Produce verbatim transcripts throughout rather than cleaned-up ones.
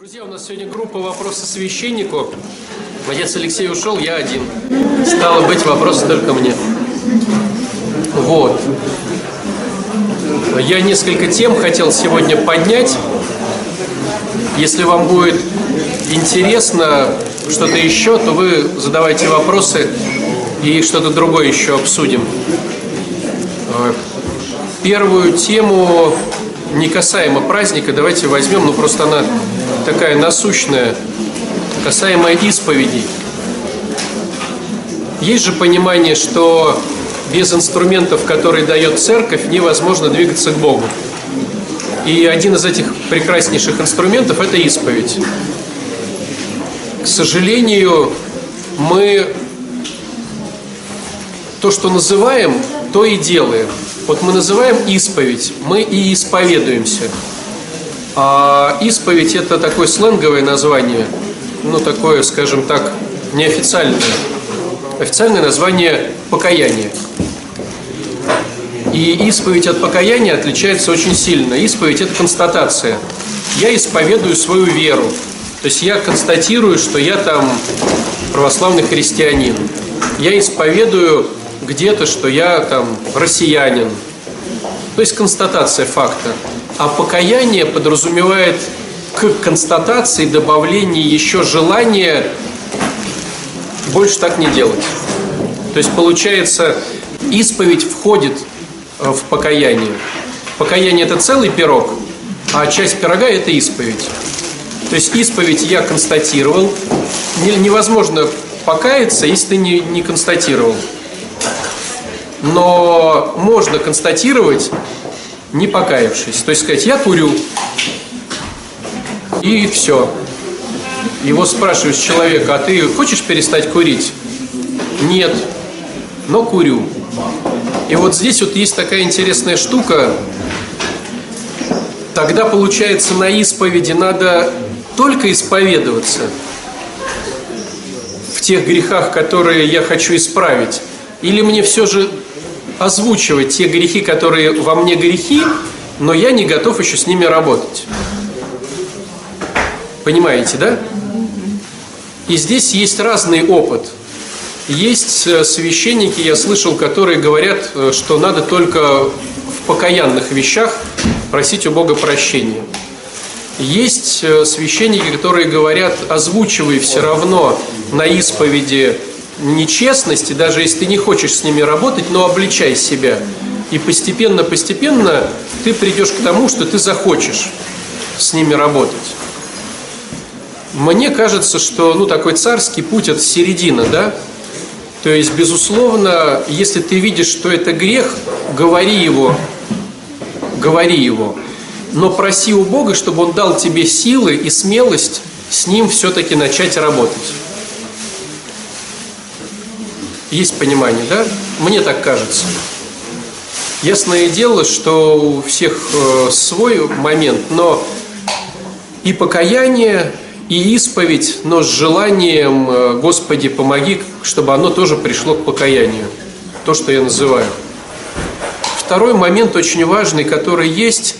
Друзья, у нас сегодня группа «Вопросы священнику». Отец Алексей ушел, я один. Стало быть, вопросы только мне. Вот. Я несколько тем хотел сегодня поднять. Если вам будет интересно что-то еще, то вы задавайте вопросы и что-то другое еще обсудим. Первую тему, не касаемо праздника, давайте возьмем, ну просто она такая насущная, касаемо исповедей. Есть же понимание, что без инструментов, которые дает церковь, невозможно двигаться к Богу. И один из этих прекраснейших инструментов – это исповедь. К сожалению, мы то, что называем, то и делаем. Вот мы называем исповедь, мы и исповедуемся. А исповедь – это такое сленговое название, ну такое, скажем так, неофициальное. Официальное название – покаяние. И исповедь от покаяния отличается очень сильно. Исповедь – это констатация. Я исповедую свою веру. То есть я констатирую, что я там православный христианин. Я исповедую где-то, что я там россиянин. То есть констатация факта. А покаяние подразумевает к констатации добавление еще желания больше так не делать. То есть получается, исповедь входит в покаяние. Покаяние – это целый пирог, а часть пирога – это исповедь. То есть исповедь я констатировал. Невозможно покаяться, если ты не, не констатировал. Но можно констатировать, не покаявшись. То есть сказать, я курю. И все. Его спрашиваешь человека, а ты хочешь перестать курить? Нет, но курю. И вот здесь вот есть такая интересная штука. Тогда, получается, на исповеди надо только исповедоваться в тех грехах, которые я хочу исправить. Или мне все же озвучивать те грехи, которые во мне грехи, но я не готов еще с ними работать. Понимаете, да? И здесь есть разный опыт. Есть священники, я слышал, которые говорят, что надо только в покаянных вещах просить у Бога прощения. Есть священники, которые говорят, озвучивай все равно на исповеди нечестности, даже если ты не хочешь с ними работать, но обличай себя. И постепенно-постепенно ты придешь к тому, что ты захочешь с ними работать. Мне кажется, что ну, такой царский путь – это середина, да? То есть, безусловно, если ты видишь, что это грех, говори его, говори его. Но проси у Бога, чтобы Он дал тебе силы и смелость с ним все-таки начать работать. Есть понимание, да? Мне так кажется. Ясное дело, что у всех э, свой момент, но и покаяние, и исповедь, но с желанием э, Господи, помоги, чтобы оно тоже пришло к покаянию. То, что я называю. Второй момент очень важный, который есть.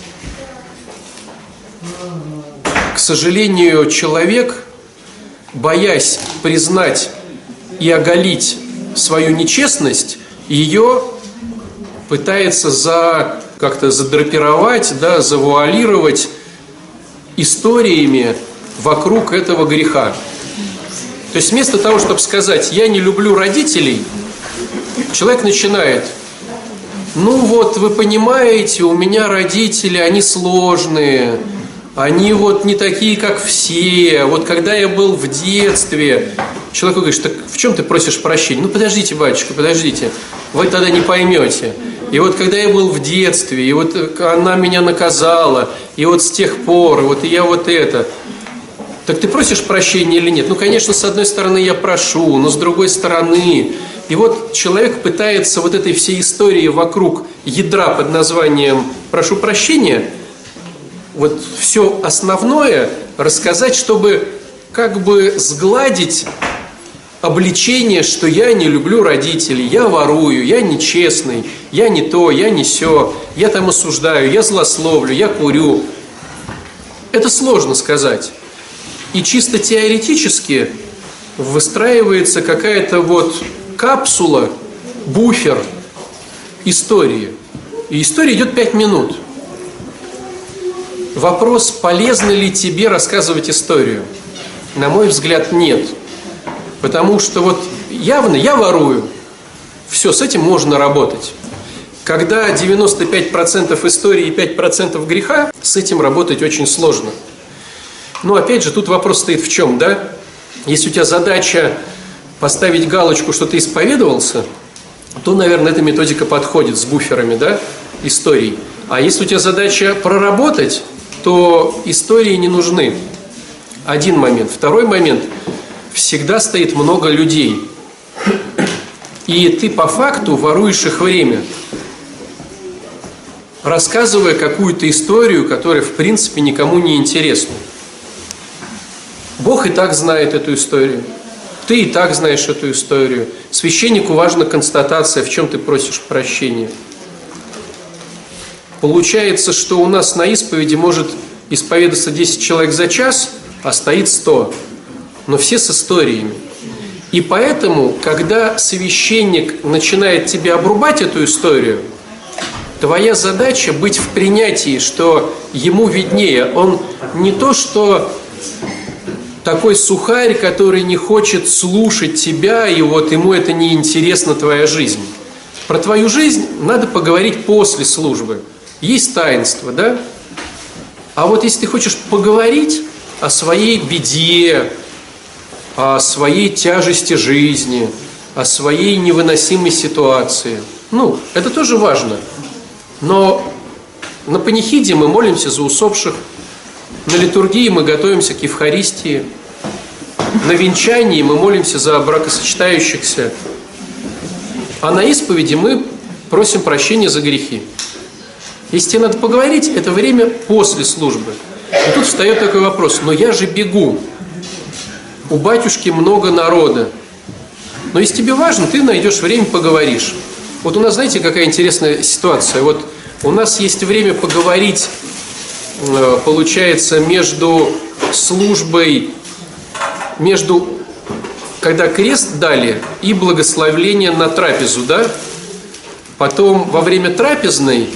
К сожалению, человек, боясь признать и оголить свою нечестность, ее пытается за, как-то задрапировать, да, завуалировать историями вокруг этого греха. То есть вместо того, чтобы сказать «я не люблю родителей», человек начинает «ну вот, вы понимаете, у меня родители, они сложные, они вот не такие, как все, вот когда я был в детстве». Человек говорит, так в чем ты просишь прощения? Ну подождите, батюшка, подождите, вы тогда не поймете. И вот когда я был в детстве, и вот она меня наказала, и вот с тех пор, и вот я вот это. Так ты просишь прощения или нет? Ну, конечно, с одной стороны я прошу, но с другой стороны. И вот человек пытается вот этой всей истории вокруг ядра под названием «прошу прощения», вот все основное рассказать, чтобы как бы сгладить обличение, что я не люблю родителей, я ворую, я нечестный, я не то, я не сё, я там осуждаю, я злословлю, я курю. Это сложно сказать. И чисто теоретически выстраивается какая-то вот капсула, буфер истории. И история идет пять минут. Вопрос, полезно ли тебе рассказывать историю? На мой взгляд, нет. Потому что вот явно я ворую. Все, с этим можно работать. Когда девяносто пять процентов истории и пять процентов греха, с этим работать очень сложно. Но опять же, тут вопрос стоит в чем, да? Если у тебя задача поставить галочку, что ты исповедовался, то, наверное, эта методика подходит с буферами, да, историй. А если у тебя задача проработать, то истории не нужны. Один момент. Второй момент. Всегда стоит много людей. И ты по факту воруешь их время, рассказывая какую-то историю, которая в принципе никому не интересна. Бог и так знает эту историю. Ты и так знаешь эту историю. Священнику важна констатация, в чем ты просишь прощения. Получается, что у нас на исповеди может исповедаться десять человек за час, а стоит сто. Но все с историями. И поэтому, когда священник начинает тебе обрубать эту историю, твоя задача быть в принятии, что ему виднее. Он не то, что такой сухарь, который не хочет слушать тебя, и вот ему это не интересна твоя жизнь. Про твою жизнь надо поговорить после службы. Есть таинство, да? А вот если ты хочешь поговорить о своей беде, о своей тяжести жизни, о своей невыносимой ситуации, ну, это тоже важно. Но на панихиде мы молимся за усопших, на литургии мы готовимся к Евхаристии, на венчании мы молимся за бракосочетающихся, а на исповеди мы просим прощения за грехи. Если тебе надо поговорить, это время после службы. И тут встает такой вопрос: но я же бегу, у батюшки много народа. Но если тебе важно, ты найдешь время, поговоришь. Вот у нас, знаете, какая интересная ситуация? Вот у нас есть время поговорить, получается, между службой, между, когда крест дали, и благословление на трапезу, да? Потом во время трапезной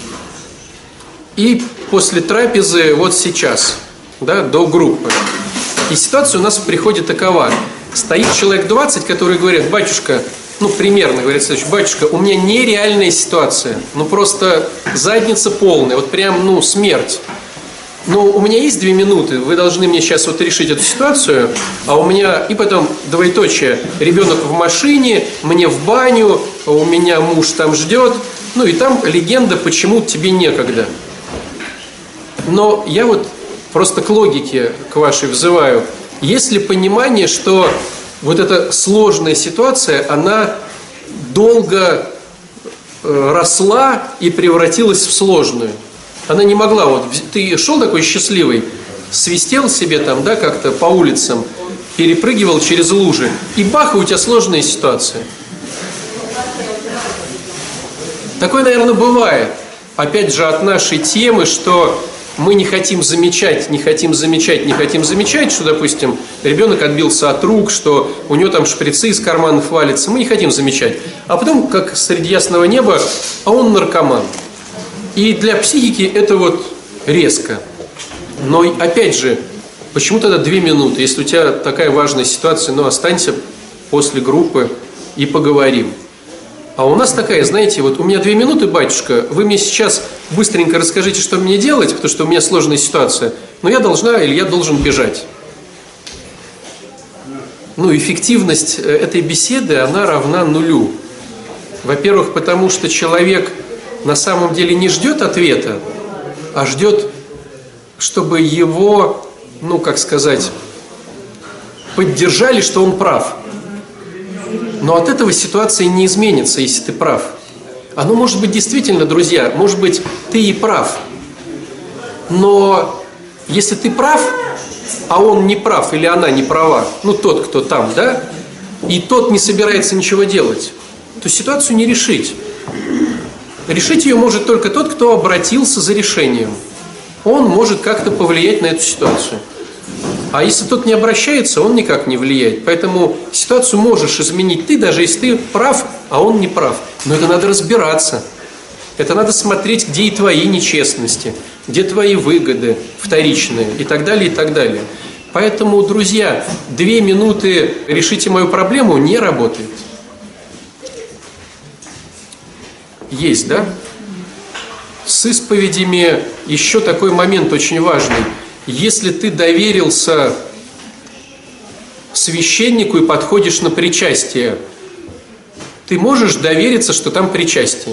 и после трапезы вот сейчас, да, до группы. И ситуация у нас в приходе такова. Стоит человек двадцать, которые говорят: батюшка, ну, примерно, говорит следующий: батюшка, у меня нереальная ситуация, ну, просто задница полная, вот прям, ну, смерть. Но у меня есть две минуты, вы должны мне сейчас вот решить эту ситуацию, а у меня, и потом двоеточие, ребенок в машине, мне в баню, у меня муж там ждет, ну, и там легенда, почему тебе некогда. Но я вот просто к логике к вашей взываю. Есть ли понимание, что вот эта сложная ситуация, она долго росла и превратилась в сложную? Она не могла, вот ты шел такой счастливый, свистел себе там, да, как-то по улицам, перепрыгивал через лужи, и бах, и у тебя сложная ситуация. Такое, наверное, бывает. Опять же, от нашей темы, что мы не хотим замечать, не хотим замечать, не хотим замечать, что, допустим, ребенок отбился от рук, что у него там шприцы из карманов валятся, мы не хотим замечать. А потом, как среди ясного неба, а он наркоман. И для психики это вот резко. Но опять же, почему тогда две минуты? Если у тебя такая важная ситуация, ну, останься после группы и поговорим. А у нас такая, знаете, вот у меня две минуты, батюшка, вы мне сейчас быстренько расскажите, что мне делать, потому что у меня сложная ситуация, но я должна или я должен бежать. Ну, эффективность этой беседы, она равна нулю. Во-первых, потому что человек на самом деле не ждет ответа, а ждет, чтобы его, ну, как сказать, поддержали, что он прав. Но от этого ситуация не изменится, если ты прав. Оно может быть действительно, друзья, может быть, ты и прав. Но если ты прав, а он не прав или она не права, ну, тот, кто там, да, и тот не собирается ничего делать, то ситуацию не решить. Решить ее может только тот, кто обратился за решением. Он может как-то повлиять на эту ситуацию. А если тот не обращается, он никак не влияет. Поэтому ситуацию можешь изменить ты, даже если ты прав, а он не прав. Но это надо разбираться. Это надо смотреть, где и твои нечестности, где твои выгоды вторичные и так далее, и так далее. Поэтому, друзья, две минуты решите мою проблему не работает. Есть, да? С исповедями еще такой момент очень важный. Если ты доверился священнику и подходишь на причастие, ты можешь довериться, что там причастие?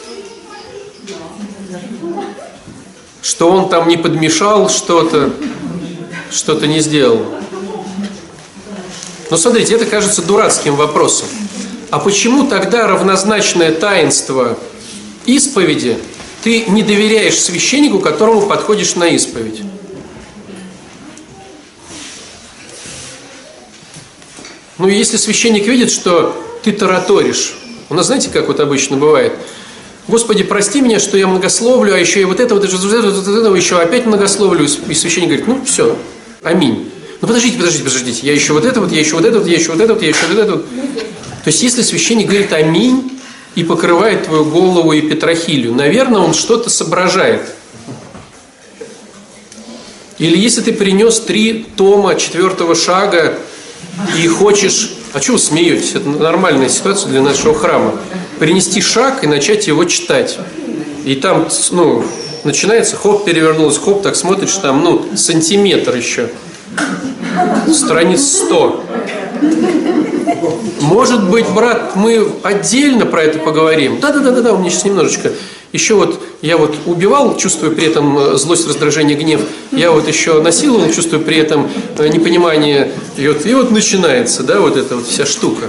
Что он там не подмешал что-то, что-то не сделал? Но смотрите, это кажется дурацким вопросом. А почему тогда равнозначное таинство исповеди ты не доверяешь священнику, к которому подходишь на исповедь? Ну, если священник видит, что ты тараторишь, у нас, знаете, как вот обычно бывает: Господи, прости меня, что я многословлю, а еще и вот это, вот это, вот это, вот это еще опять многословлю. И священник говорит: ну, все, аминь. Ну, подождите, подождите, подождите, я еще вот это вот, я еще вот это вот, я еще вот это вот, я еще вот это вот. То есть, если священник говорит аминь и покрывает твою голову и петрохилью, наверное, он что-то соображает. Или если ты принес три тома четвертого шага и хочешь... А чего вы смеетесь? Это нормальная ситуация для нашего храма. Принести шаг и начать его читать. И там, ну, начинается, хоп, перевернулось, хоп, так смотришь, там, ну, сантиметр еще. Страниц сто. Может быть, брат, мы отдельно про это поговорим? Да-да-да-да, у меня сейчас немножечко. Еще вот, я вот убивал, чувствуя при этом злость, раздражение, гнев. Я вот еще насиловал, чувствуя при этом непонимание. И вот, и вот начинается, да, вот эта вот вся штука.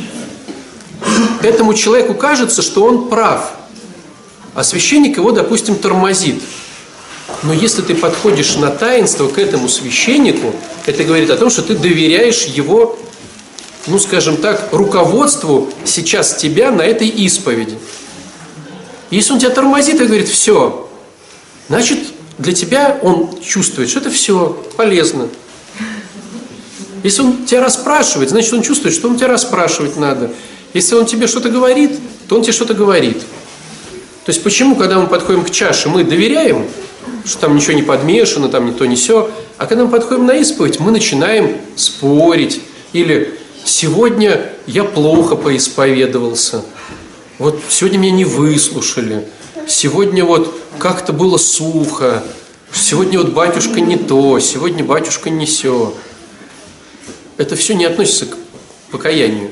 Этому человеку кажется, что он прав. А священник его, допустим, тормозит. Но если ты подходишь на таинство к этому священнику, это говорит о том, что ты доверяешь его, ну, скажем так, руководству сейчас тебя на этой исповеди. Если он тебя тормозит и говорит: все, значит, для тебя он чувствует, что это все полезно. Если он тебя расспрашивает, значит, он чувствует, что он тебя расспрашивать надо. Если он тебе что-то говорит, то он тебе что-то говорит. То есть почему, когда мы подходим к чаше, мы доверяем, что там ничего не подмешано, там ни то, ни сё, а когда мы подходим на исповедь, мы начинаем спорить. Или: сегодня я плохо поисповедовался. Вот сегодня меня не выслушали. Сегодня вот как-то было сухо. Сегодня вот батюшка не то. Сегодня батюшка не сё. Это все не относится к покаянию.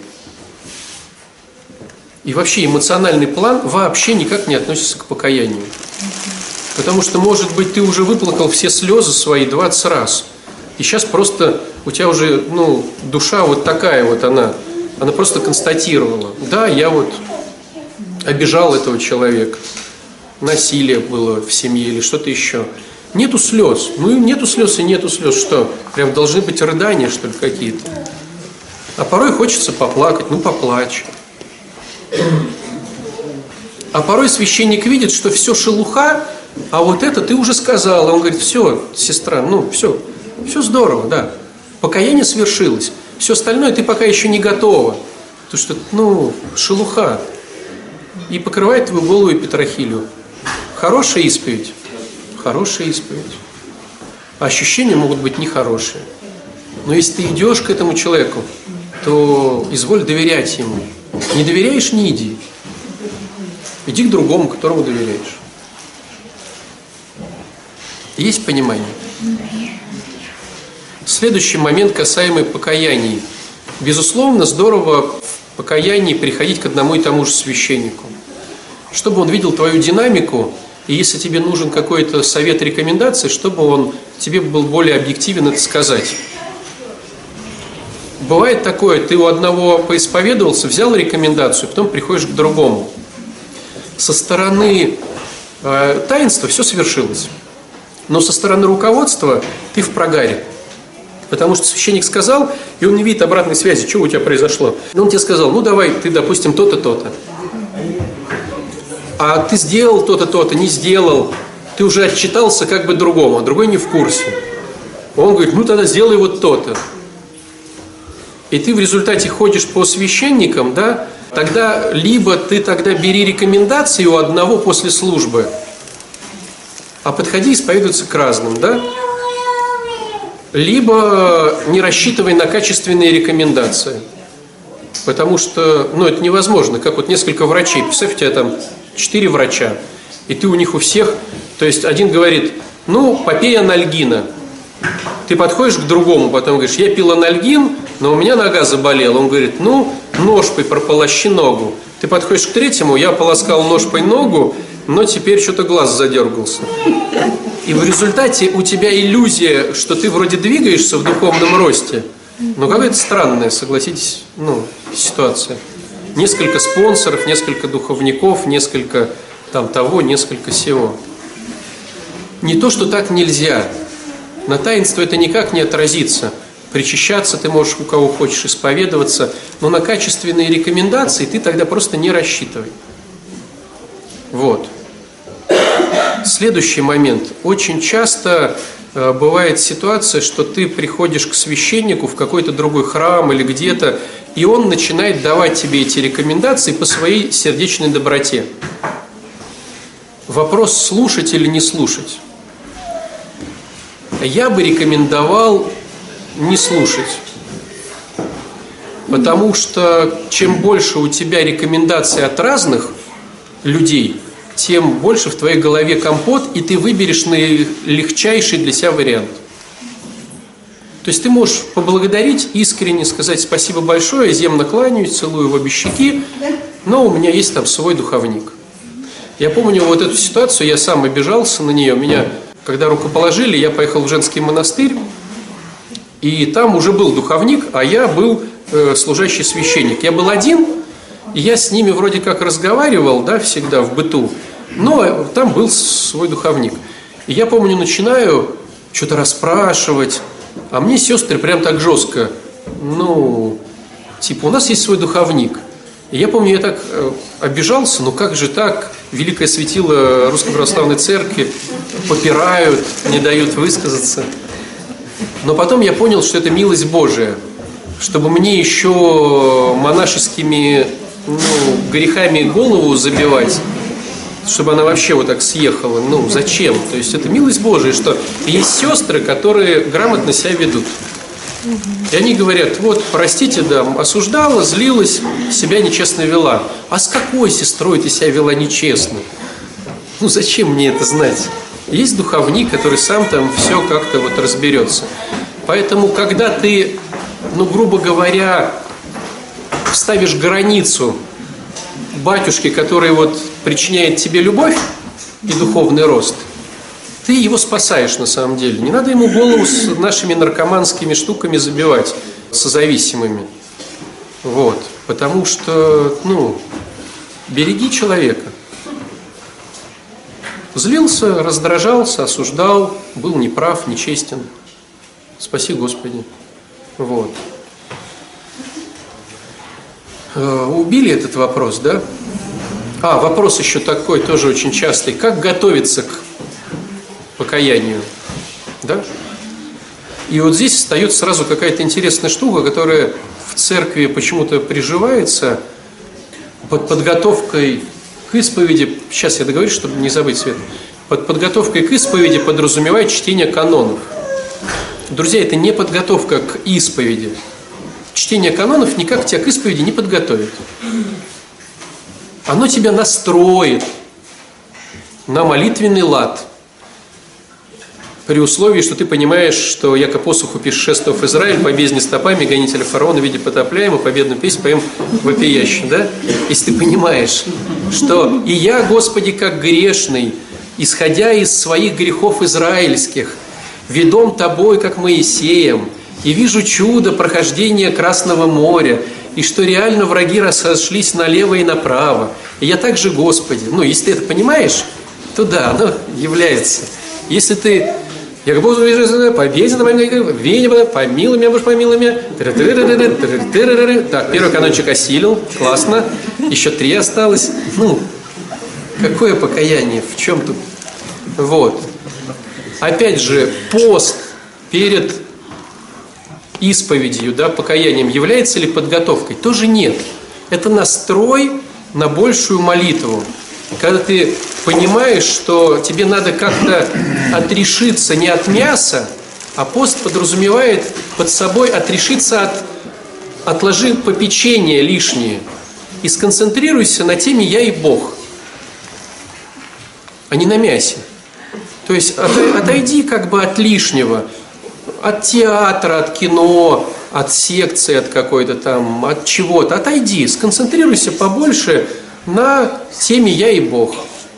И вообще эмоциональный план вообще никак не относится к покаянию. Потому что, может быть, ты уже выплакал все слезы свои двадцать раз. И сейчас просто у тебя уже, ну, душа вот такая вот она. Она просто констатировала: да, я вот обижал этого человека, насилие было в семье или что-то еще. Нету слез. Ну и нету слез, и нету слез. Что? Прям должны быть рыдания, что ли, какие-то? А порой хочется поплакать. Ну, поплачь. А порой священник видит, что все шелуха, а вот это ты уже сказал. И он говорит: все, сестра, ну, все, все здорово, да. Покаяние свершилось. Все остальное ты пока еще не готова. Потому что, ну, шелуха. И покрывает твою голову и петрохилью. Хорошая исповедь. Хорошая исповедь. А ощущения могут быть нехорошие. Но если ты идешь к этому человеку, то изволь доверять ему. Не доверяешь — не иди. Иди к другому, которому доверяешь. Есть понимание? Следующий момент, касаемый покаяний. Безусловно, здорово в покаянии приходить к одному и тому же священнику, чтобы он видел твою динамику, и если тебе нужен какой-то совет, рекомендации, чтобы он тебе был более объективен это сказать. Бывает такое: ты у одного поисповедовался, взял рекомендацию, потом приходишь к другому. Со стороны э, таинства все совершилось, но со стороны руководства ты в прогаре. Потому что священник сказал, и он не видит обратной связи, что у тебя произошло. И он тебе сказал: ну давай, ты, допустим, то-то, то-то. А ты сделал то-то, то-то, не сделал. Ты уже отчитался как бы другому, а другой не в курсе. Он говорит, ну тогда сделай вот то-то. И ты в результате ходишь по священникам, да, тогда либо ты тогда бери рекомендации у одного после службы, а подходи исповедоваться к разным, да, либо не рассчитывай на качественные рекомендации. Потому что, ну, это невозможно, как вот несколько врачей. Представь, у тебя там четыре врача, и ты у них у всех, то есть один говорит, ну, попей анальгина. Ты подходишь к другому, потом говоришь, я пил анальгин, но у меня нога заболела. Он говорит, ну, ножпой прополощи ногу. Ты подходишь к третьему, я полоскал ножпой ногу, но теперь что-то глаз задергался. И в результате у тебя иллюзия, что ты вроде двигаешься в духовном росте, но какая-то странная, согласитесь, ну, ситуация. Несколько спонсоров, несколько духовников, несколько там того, несколько сего. Не то, что так нельзя. На таинство это никак не отразится. Причащаться ты можешь у кого хочешь, исповедоваться, но на качественные рекомендации ты тогда просто не рассчитывай. Вот. Следующий момент. Очень часто э, бывает ситуация, что ты приходишь к священнику в какой-то другой храм или где-то, и он начинает давать тебе эти рекомендации по своей сердечной доброте. Вопрос, слушать или не слушать. Я бы рекомендовал не слушать. Потому что чем больше у тебя рекомендаций от разных людей, тем больше в твоей голове компот, и ты выберешь наилегчайший для себя вариант. То есть ты можешь поблагодарить, искренне сказать спасибо большое, земно кланяюсь, целую в обе щеки, но у меня есть там свой духовник. Я помню вот эту ситуацию, я сам обижался на нее. Меня, когда рукоположили, я поехал в женский монастырь, и там уже был духовник, а я был э, служащий священник. Я был один, и я с ними вроде как разговаривал, да, всегда в быту, но там был свой духовник. И я помню, начинаю что-то расспрашивать, а мне сестры прям так жестко, ну, типа, у нас есть свой духовник. И я помню, я так э, обижался, ну как же так, великое светило Русской Православной Церкви попирают, не дают высказаться. Но потом я понял, что это милость Божия, чтобы мне еще монашескими, ну, грехами голову забивать, чтобы она вообще вот так съехала. Ну, зачем? То есть это милость Божия, что есть сестры, которые грамотно себя ведут. И они говорят, вот, простите, да, осуждала, злилась, себя нечестно вела. А с какой сестрой ты себя вела нечестно? Ну, зачем мне это знать? Есть духовник, который сам там все как-то вот разберется. Поэтому, когда ты, ну, грубо говоря, ставишь границу батюшке, который вот причиняет тебе любовь и духовный рост, ты его спасаешь на самом деле. Не надо ему голову с нашими наркоманскими штуками забивать, созависимыми. Вот. Потому что, ну, береги человека. Злился, раздражался, осуждал, был неправ, нечестен. Спаси Господи. Вот. Убили этот вопрос, да? А, вопрос еще такой, тоже очень частый. Как готовиться к покаянию? Да? И вот здесь встает сразу какая-то интересная штука, которая в церкви почему-то приживается под подготовкой к исповеди. Сейчас я договорюсь, чтобы не забыть, Свет. Под подготовкой к исповеди подразумевает чтение канонов. Друзья, это не подготовка к исповеди. Чтение канонов никак тебя к исповеди не подготовит. Оно тебя настроит на молитвенный лад. При условии, что ты понимаешь, что яко посуху пешествовав в Израиль, по бездне стопами гонителя фараона в виде потопляема, победную песнь поем вопияще, да? Если ты понимаешь, что и я, Господи, как грешный, исходя из своих грехов израильских, ведом Тобой, как Моисеем, и вижу чудо прохождения Красного моря, и что реально враги разошлись налево и направо. И я также, Господи, ну, если ты это понимаешь, то да, оно является. Если ты, я как Богу вижу, победен, помилуй меня, Боже, помилуй меня. Так, первый канончик осилил, классно, еще три осталось. Ну, какое покаяние, в чем тут? Вот. Опять же, пост перед исповедью, да, покаянием, является ли подготовкой? Тоже нет. Это настрой на большую молитву. Когда ты понимаешь, что тебе надо как-то отрешиться не от мяса, а пост подразумевает под собой отрешиться от отложи попечения лишние и сконцентрируйся на теме «Я и Бог», а не на мясе. То есть отойди как бы от лишнего, от театра, от кино, от секции, от какой-то там, от чего-то. Отойди, сконцентрируйся побольше на теме «Я и Бог».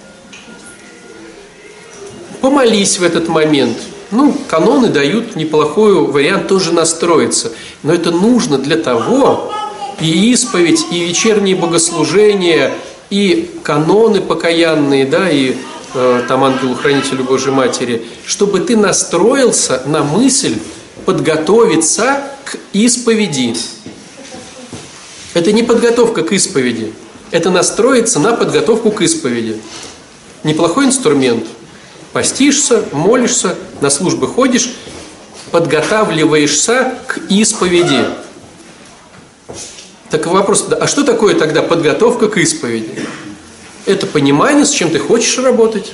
Помолись в этот момент. Ну, каноны дают неплохой вариант тоже настроиться. Но это нужно для того, и исповедь, и вечерние богослужения, и каноны покаянные, да, и э, там ангелу-хранителю Божьей Матери, чтобы ты настроился на мысль подготовиться к исповеди. Это не подготовка к исповеди, это настроиться на подготовку к исповеди. Неплохой инструмент. Постишься, молишься, на службы ходишь, подготавливаешься к исповеди. Так вопрос, а что такое тогда подготовка к исповеди? Это понимание, с чем ты хочешь работать.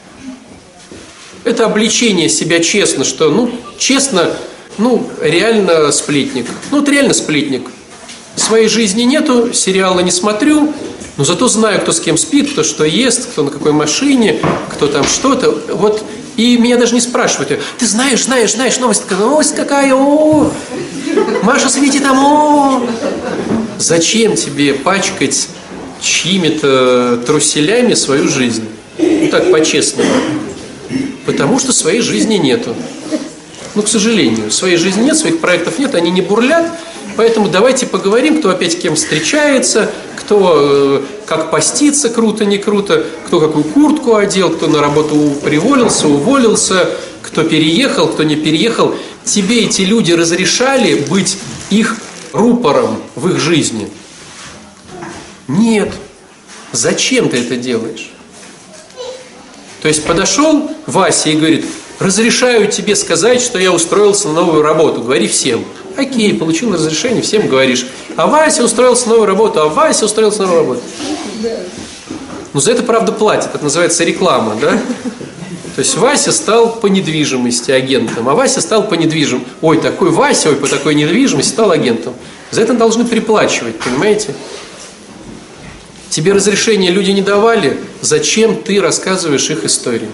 Это обличение себя честно, что, ну, честно, ну, реально сплетник. Ну, вот реально сплетник. Своей жизни нету, сериала не смотрю, но зато знаю, кто с кем спит, кто что ест, кто на какой машине, кто там что-то. Вот, и меня даже не спрашивают: ты знаешь, знаешь, знаешь, новость такая, новость какая, о, Маша светит там, о. Зачем тебе пачкать чьими-то труселями свою жизнь? Ну так, по-честному. Потому что своей жизни нету. Ну, к сожалению, своей жизни нет, своих проектов нет, они не бурлят. Поэтому давайте поговорим, кто опять кем встречается, кто э, как постится, круто, не круто, кто какую куртку одел, кто на работу приволился, уволился, кто переехал, кто не переехал. Тебе эти люди разрешали быть их рупором в их жизни? Нет. Зачем ты это делаешь? То есть подошел Вася и говорит: разрешаю тебе сказать, что я устроился на новую работу, говори всем. Окей, получил разрешение, всем говоришь. А Вася устроился на новую работу, а Вася устроился на новую работу. Ну, за это, правда, платят, это называется реклама, да? То есть Вася стал по недвижимости агентом, а Вася стал по недвижимости. Ой, такой Вася, ой, по такой недвижимости стал агентом. За это должны приплачивать, понимаете? Тебе разрешения люди не давали, зачем ты рассказываешь их историю?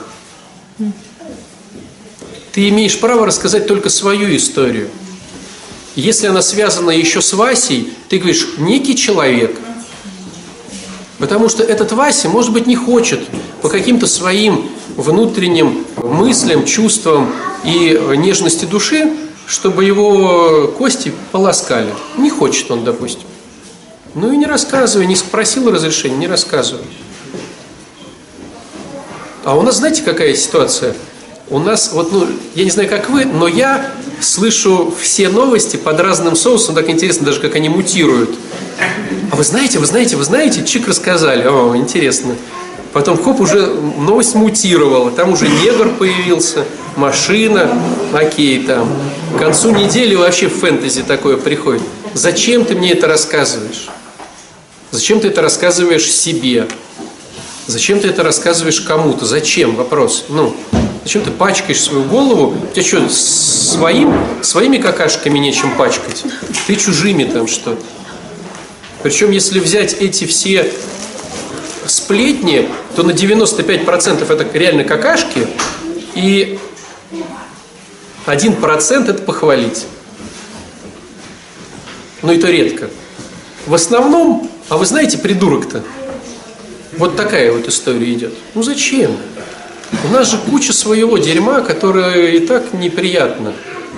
Ты имеешь право рассказать только свою историю. Если она связана еще с Васей, ты говоришь: некий человек. Потому что этот Вася, может быть, не хочет по каким-то своим внутренним мыслям, чувствам и нежности души, чтобы его кости полоскали. Не хочет он, допустим. Ну и не рассказывай, не спросил разрешения, не рассказывай. А у нас, знаете, какая ситуация? У нас, вот, ну, я не знаю, как вы, но я слышу все новости под разным соусом. Так интересно даже, как они мутируют. А вы знаете, вы знаете, вы знаете, чик рассказали. О, интересно. Потом, хоп, уже новость мутировала. Там уже негр появился, машина, окей, там. К концу недели вообще фэнтези такое приходит. Зачем ты мне это рассказываешь? Зачем ты это рассказываешь себе? Зачем ты это рассказываешь кому-то? Зачем? Вопрос. Ну, зачем ты пачкаешь свою голову? У тебя что, своим, своими какашками нечем пачкать? Ты чужими там что? Причем, если взять эти все сплетни, то на девяносто пять процентов это реально какашки, и один процент это похвалить. Но и то редко. В основном, а вы знаете, придурок-то, вот такая вот история идет. Ну зачем? У нас же куча своего дерьма, которое и так неприятно.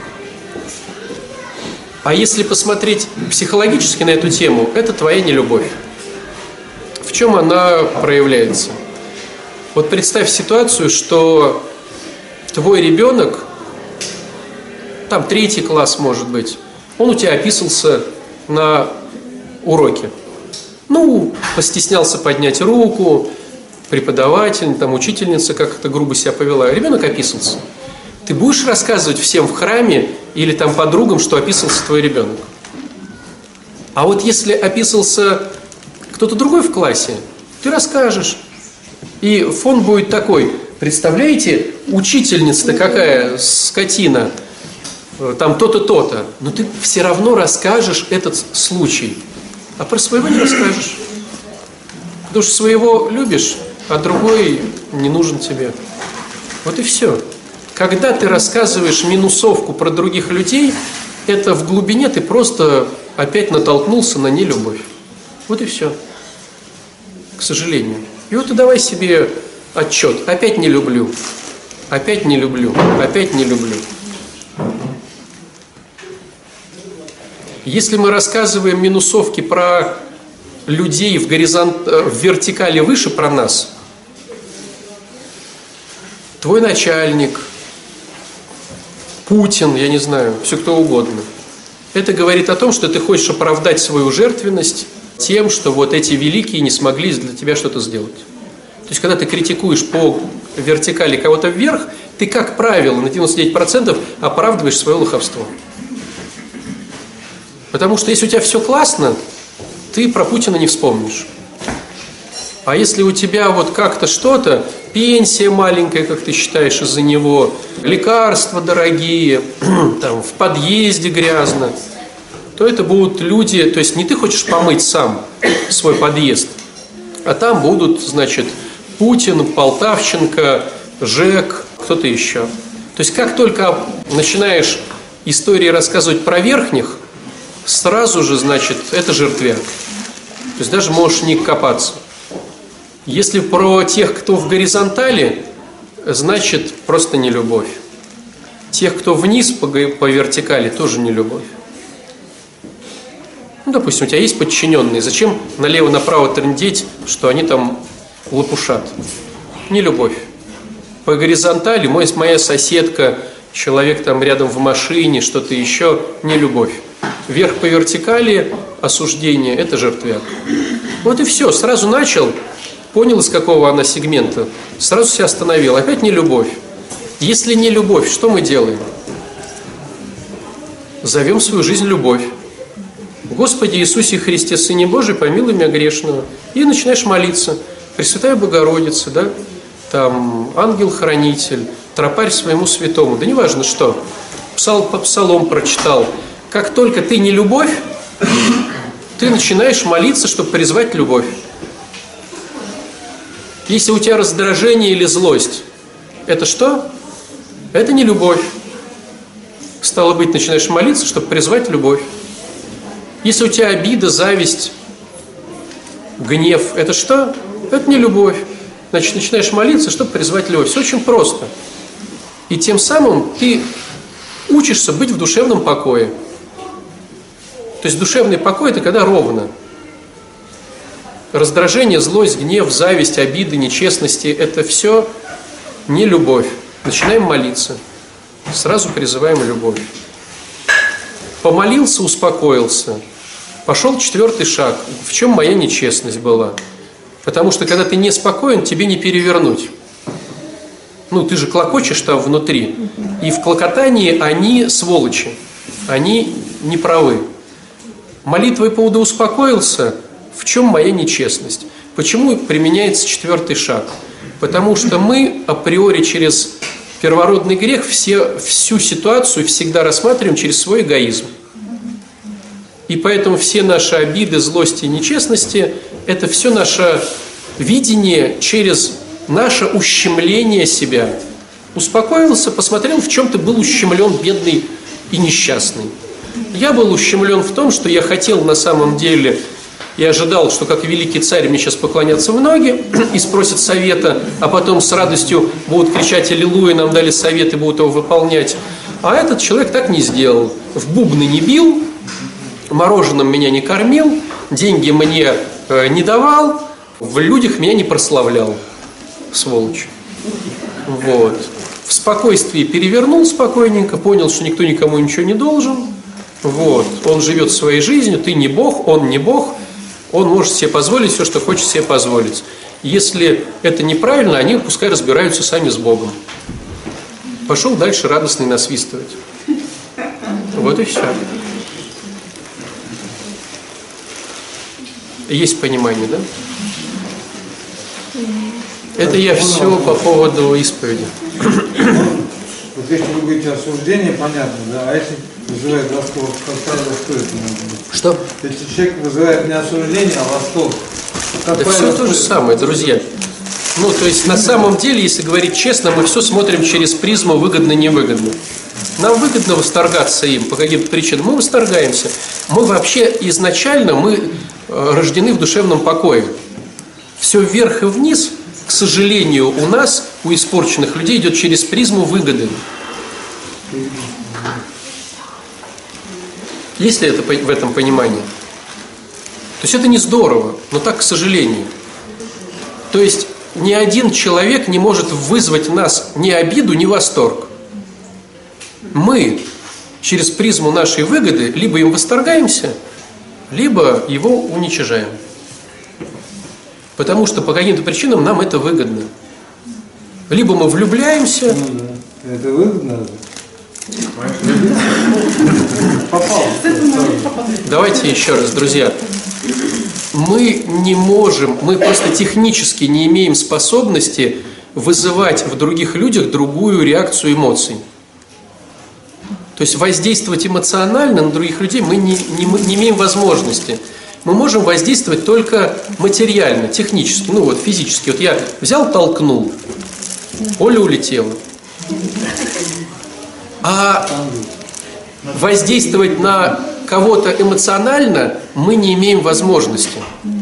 А если посмотреть психологически на эту тему, это твоя нелюбовь. В чем она проявляется? Вот представь ситуацию, что твой ребенок, там третий класс может быть, он у тебя описался на уроке. Ну, постеснялся поднять руку, преподаватель, там учительница как-то грубо себя повела. Ребенок описался. Ты будешь рассказывать всем в храме или там подругам, что описывался твой ребенок? А вот если описывался кто-то другой в классе, ты расскажешь. И фон будет такой: представляете, учительница-то какая скотина, там то-то, то-то. Но ты все равно расскажешь этот случай. А про своего не расскажешь. Потому что своего любишь, а другой не нужен тебе. Вот и все. Когда ты рассказываешь минусовку про других людей, это в глубине ты просто опять натолкнулся на нелюбовь. Вот и все. К сожалению. И вот и давай себе отчет. Опять не люблю. Опять не люблю. Опять не люблю. Если мы рассказываем минусовки про людей в, горизонт... в вертикали выше про нас, твой начальник, Путин, я не знаю, все кто угодно, это говорит о том, что ты хочешь оправдать свою жертвенность тем, что вот эти великие не смогли для тебя что-то сделать. То есть, когда ты критикуешь по вертикали кого-то вверх, ты, как правило, на девяносто девять процентов оправдываешь свое лоховство. Потому что если у тебя все классно, ты про Путина не вспомнишь. А если у тебя вот как-то что-то, пенсия маленькая, как ты считаешь, из-за него, лекарства дорогие, там в подъезде грязно, то это будут люди, то есть не ты хочешь помыть сам свой подъезд, а там будут, значит, Путин, Полтавченко, ЖЭК, кто-то еще. То есть как только начинаешь истории рассказывать про верхних, сразу же, значит, это жертвяк. То есть даже можешь не копаться. Если про тех, кто в горизонтали, значит просто не любовь. Тех, кто вниз по, по вертикали, тоже не любовь. Ну, допустим, у тебя есть подчиненные, зачем налево-направо трындеть, что они там лопушат? Не любовь. По горизонтали, мой, моя соседка, человек там рядом в машине, что-то еще, не любовь. Вверх по вертикали, осуждение, это жертвяк. Вот и все, сразу начал, понял, из какого она сегмента, сразу себя остановил. Опять не любовь. Если не любовь, что мы делаем? Зовем свою жизнь любовь. Господи Иисусе Христе, Сыне Божий, помилуй меня грешного. И начинаешь молиться. Пресвятая Богородица, да? Там ангел-хранитель, тропарь своему святому. Да неважно что. Псал, по псалом прочитал. Как только ты не любовь, ты начинаешь молиться, чтобы призвать любовь. Если у тебя раздражение или злость, это что? Это не любовь. Стало быть, начинаешь молиться, чтобы призвать любовь. Если у тебя обида, зависть, гнев, это что? Это не любовь. Значит, начинаешь молиться, чтобы призвать любовь. Все очень просто. И тем самым ты учишься быть в душевном покое. То есть душевный покой – это когда ровно. Раздражение, злость, гнев, зависть, обиды, нечестности – это все не любовь. Начинаем молиться. Сразу призываем любовь. Помолился, успокоился. Пошел четвертый шаг. В чем моя нечестность была? Потому что, когда ты неспокоен, тебе не перевернуть. Ну, ты же клокочешь там внутри. И в клокотании они сволочи. Они неправы. Молитвой по поводу успокоился. В чем моя нечестность? Почему применяется четвертый шаг? Потому что мы априори через первородный грех все, всю ситуацию всегда рассматриваем через свой эгоизм. И поэтому все наши обиды, злости и нечестности – это все наше видение через наше ущемление себя. Успокоился, посмотрел, в чем ты был ущемлен, бедный и несчастный. Я был ущемлен в том, что я хотел на самом деле, и ожидал, что как великий царь мне сейчас поклонятся в ноги и спросят совета, а потом с радостью будут кричать «Аллилуйя», нам дали совет и будут его выполнять. А этот человек так не сделал. В бубны не бил, мороженым меня не кормил, деньги мне э, не давал, в людях меня не прославлял. Сволочь. Вот. В спокойствии перевернул спокойненько, понял, что никто никому ничего не должен. Вот. Он живет своей жизнью, ты не Бог, он не Бог. Он может себе позволить все, что хочет себе позволить. Если это неправильно, они пускай разбираются сами с Богом. пошел дальше радостный насвистывать. Вот и все. Есть понимание, да? Это я все по поводу исповеди. Вот если вы говорите осуждение, понятно, да, а если вызывает восторг, что это может быть? Что? Если человек вызывает не осуждение, а восторг. Да все то же самое, друзья. Ну, то есть, на самом деле, если говорить честно, мы все смотрим через призму выгодно-невыгодно. Нам выгодно восторгаться им по каким-то причинам, мы восторгаемся. Мы вообще изначально, мы рождены в душевном покое. Все вверх и вниз, к сожалению, у нас, у испорченных людей, идет через призму выгоды. Есть ли это в этом понимание? То есть это не здорово, но так, к сожалению. То есть ни один человек не может вызвать в нас ни обиду, ни восторг. Мы через призму нашей выгоды либо им восторгаемся, либо его уничижаем. Потому что по каким-то причинам нам это выгодно. Либо мы влюбляемся. Ну, да. Это выгодно. Давайте еще раз, друзья. Мы не можем, мы просто технически не имеем способности вызывать в других людях другую реакцию эмоций. То есть воздействовать эмоционально на других людей мы не, не, не имеем возможности. Мы можем воздействовать только материально, технически, ну вот физически. Вот я взял, толкнул, Оля улетела. А воздействовать на кого-то эмоционально мы не имеем возможности.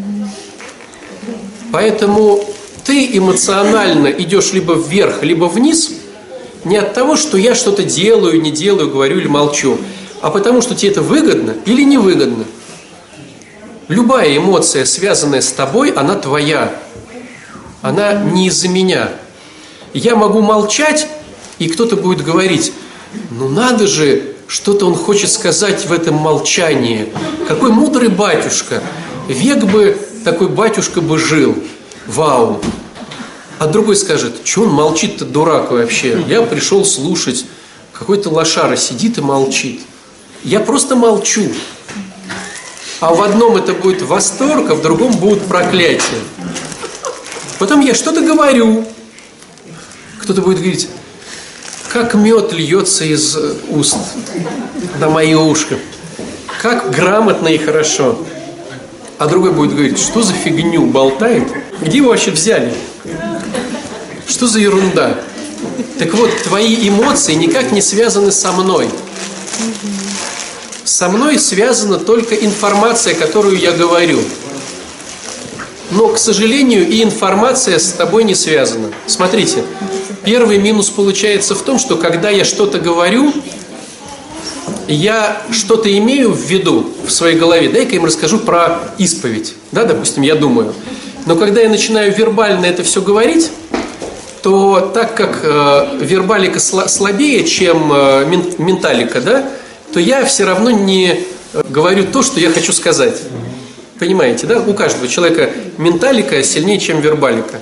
Поэтому ты эмоционально идешь либо вверх, либо вниз не от того, что я что-то делаю, не делаю, говорю или молчу, а потому что тебе это выгодно или невыгодно. Любая эмоция, связанная с тобой, она твоя. Она не из-за меня. Я могу молчать, и кто-то будет говорить: ну надо же, что-то он хочет сказать в этом молчании. Какой мудрый батюшка. Век бы такой батюшка бы жил. Вау. А другой скажет: что он молчит-то, дурак вообще? Я пришел слушать. Какой-то лошара сидит и молчит. Я просто молчу. А в одном это будет восторг, а в другом будет проклятие. Потом я что-то говорю. Кто-то будет говорить: как мед льется из уст на мои уши. Как грамотно и хорошо. А другой будет говорить: что за фигню болтает? Где его вообще взяли? Что за ерунда? Так вот, твои эмоции никак не связаны со мной. Со мной связана только информация, которую я говорю. Но, к сожалению, и информация с тобой не связана. Смотрите, первый минус получается в том, что когда я что-то говорю, я что-то имею в виду в своей голове. Дай-ка я им расскажу про исповедь. Да, допустим, я думаю. Но когда я начинаю вербально это все говорить, то так как э, вербалика слабее, чем э, менталика, да, то я все равно не говорю то, что я хочу сказать. Понимаете, да? У каждого человека менталика сильнее, чем вербалика.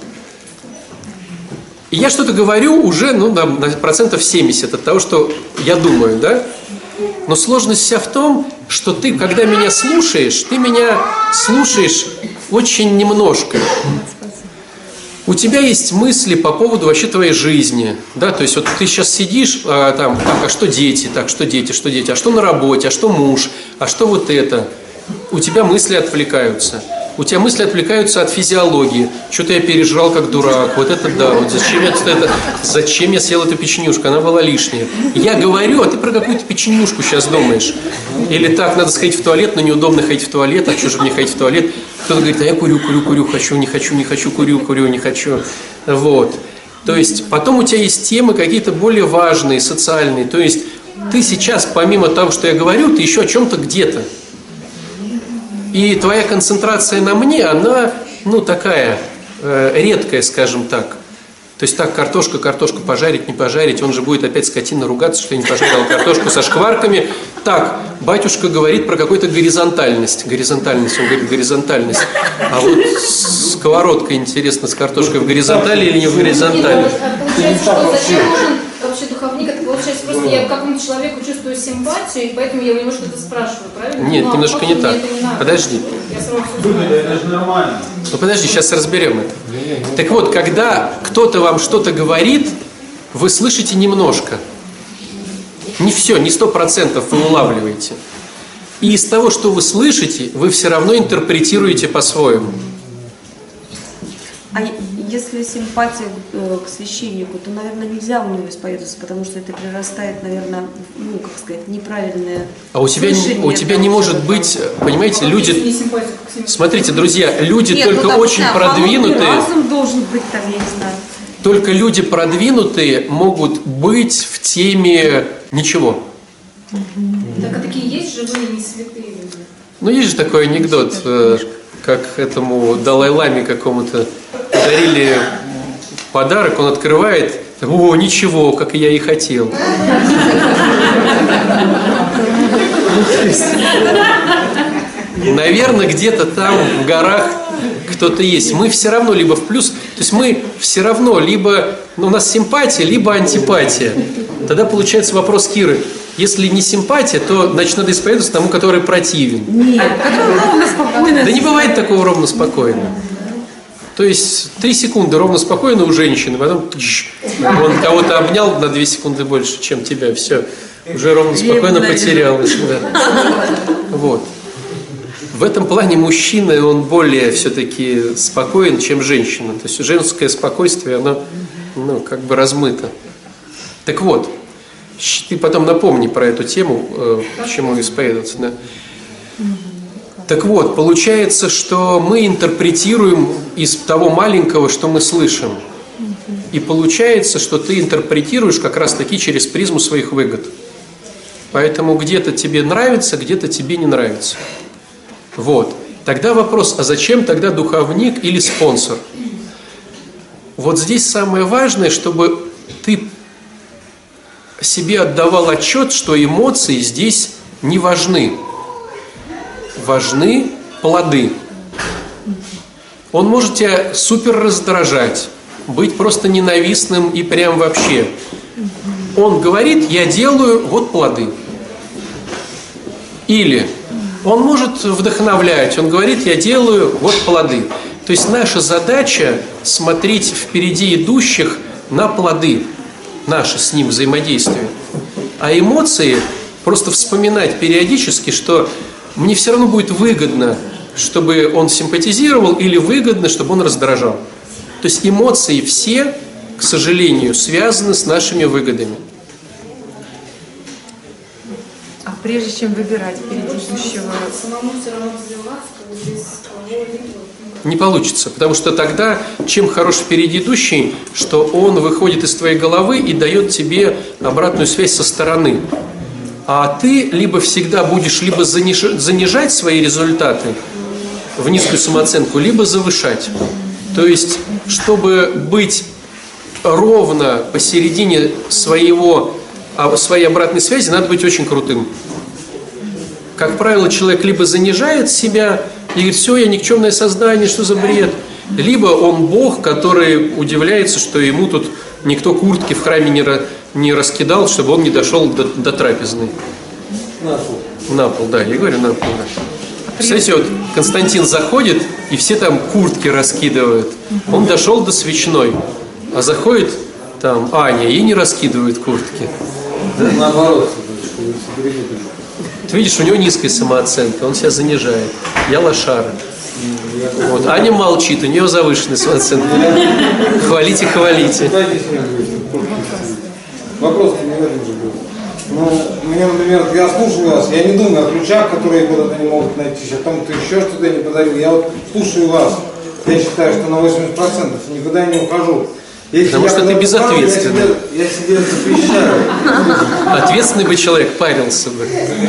И я что-то говорю уже ну, на, на процентов семьдесят от того, что я думаю, да? Но сложность вся в том, что ты, когда меня слушаешь, ты меня слушаешь очень немножко. У тебя есть мысли по поводу вообще твоей жизни, да, то есть вот ты сейчас сидишь, а, там, так, а что дети, так, что дети, что дети, а что на работе, а что муж, а что вот это. У тебя мысли отвлекаются. У тебя мысли отвлекаются от физиологии. Что-то я пережрал как дурак. Вот это да. Вот зачем, я, это, зачем я съел эту печенюшку? Она была лишняя. Я говорю, а ты про какую-то печенюшку сейчас думаешь. Или так, надо сходить в туалет, но неудобно ходить в туалет. А что же мне ходить в туалет? Кто-то говорит: а я курю, курю, курю, хочу, не хочу, не хочу, курю, курю, не хочу. Вот. То есть потом у тебя есть темы какие-то более важные, социальные. То есть ты сейчас, помимо того, что я говорю, ты еще о чем-то где-то. И твоя концентрация на мне, она, ну, такая, э, редкая, скажем так. То есть так, картошка, картошку пожарить, не пожарить, он же будет опять скотина ругаться, что я не пожарил картошку со шкварками. Так, батюшка говорит про какую-то горизонтальность. Горизонтальность, он говорит горизонтальность. А вот сковородка, интересно, с картошкой в горизонтали или не в горизонтали? Получается, что зачем нужен вообще духовник? было. Я к какому-то человеку чувствую симпатию, и поэтому я у него что-то спрашиваю, правильно? Нет, ну, немножко не так. Не Подожди. Я сразу все Это же нормально. Ну подожди, сейчас разберем это. Так вот, когда кто-то вам что-то говорит, вы слышите немножко. Не все, не сто процентов вы улавливаете. И из того, что вы слышите, вы все равно интерпретируете по-своему. А если симпатия э, к священнику, то, наверное, нельзя у него исповедоваться, потому что это прирастает, наверное, ну, как сказать, неправильное. А у тебя, у тебя не может быть, понимаете, люди... Смотрите, друзья, люди Нет, только ну, там, очень да, продвинутые... разум должен быть там, я не знаю. Только люди продвинутые могут быть в теме ничего. Так, а такие есть живые, не святые люди? Ну, есть же такой анекдот, э, как этому Далай-ламе какому-то подарили подарок, он открывает, о, ничего, как я и хотел. Наверное, где-то там в горах кто-то есть. Мы все равно либо в плюс, то есть мы все равно либо, ну, у нас симпатия, либо антипатия. Тогда получается вопрос Киры. Если не симпатия, то, значит, надо исповедоваться тому, который противен. Нет, который ровно спокойно. Да не бывает такого ровно спокойно. То есть три секунды ровно спокойно у женщины, потом тыщ, он кого-то обнял на две секунды больше, чем тебя, все, уже ровно спокойно потерялась. Да. Вот. В этом плане мужчина, он более все-таки спокоен, чем женщина. То есть женское спокойствие, оно, ну, как бы размыто. Так вот, ты потом напомни про эту тему, почему исповедоваться, да? Так вот, получается, что мы интерпретируем из того маленького, что мы слышим. И получается, что ты интерпретируешь как раз-таки через призму своих выгод. Поэтому где-то тебе нравится, где-то тебе не нравится. Вот. Тогда вопрос, а зачем тогда духовник или спонсор? Вот здесь самое важное, чтобы ты себе отдавал отчет, что эмоции здесь не важны. Важны плоды. Он может тебя супер раздражать, быть просто ненавистным и прям вообще. Он говорит, я делаю, вот плоды. Или он может вдохновлять, он говорит, я делаю, вот плоды. То есть наша задача смотреть впереди идущих на плоды, наше с ним взаимодействие. А эмоции просто вспоминать периодически, что мне все равно будет выгодно, чтобы он симпатизировал, или выгодно, чтобы он раздражал. То есть эмоции все, к сожалению, связаны с нашими выгодами. А прежде чем выбирать впереди идущего... Самому все равно развиваться, как здесь не получится, потому что тогда, чем хорош впереди идущий, что он выходит из твоей головы и дает тебе обратную связь со стороны. А ты либо всегда будешь либо занижать свои результаты в низкую самооценку, либо завышать. То есть, чтобы быть ровно посередине своего, своей обратной связи, надо быть очень крутым. Как правило, человек либо занижает себя и говорит, все, я никчемное создание, что за бред. Либо он Бог, который удивляется, что ему тут никто куртки в храме не, не раскидал, чтобы он не дошел до, до трапезной. На пол. На пол, да, я говорю на пол. Да. Кстати, вот Константин заходит, и все там куртки раскидывают. Он дошел до свечной, а заходит там Аня, и не раскидывают куртки. Да? Наоборот. Ты видишь, у него низкая самооценка, он себя занижает. Я лошара. Вот. Аня молчит, у нее завышенная самооценка. Хвалите, хвалите. Вопрос-то не в этом же был. Ну, мне, например, я слушаю вас, я не думаю о ключах, которые куда-то не могут найти, о том, кто еще что-то не подарил. Я вот слушаю вас, я считаю, что на восемьдесят процентов никуда не ухожу. Если Потому что ты безответственный. Я себе, я себе запрещаю. Ответственный бы человек парился бы.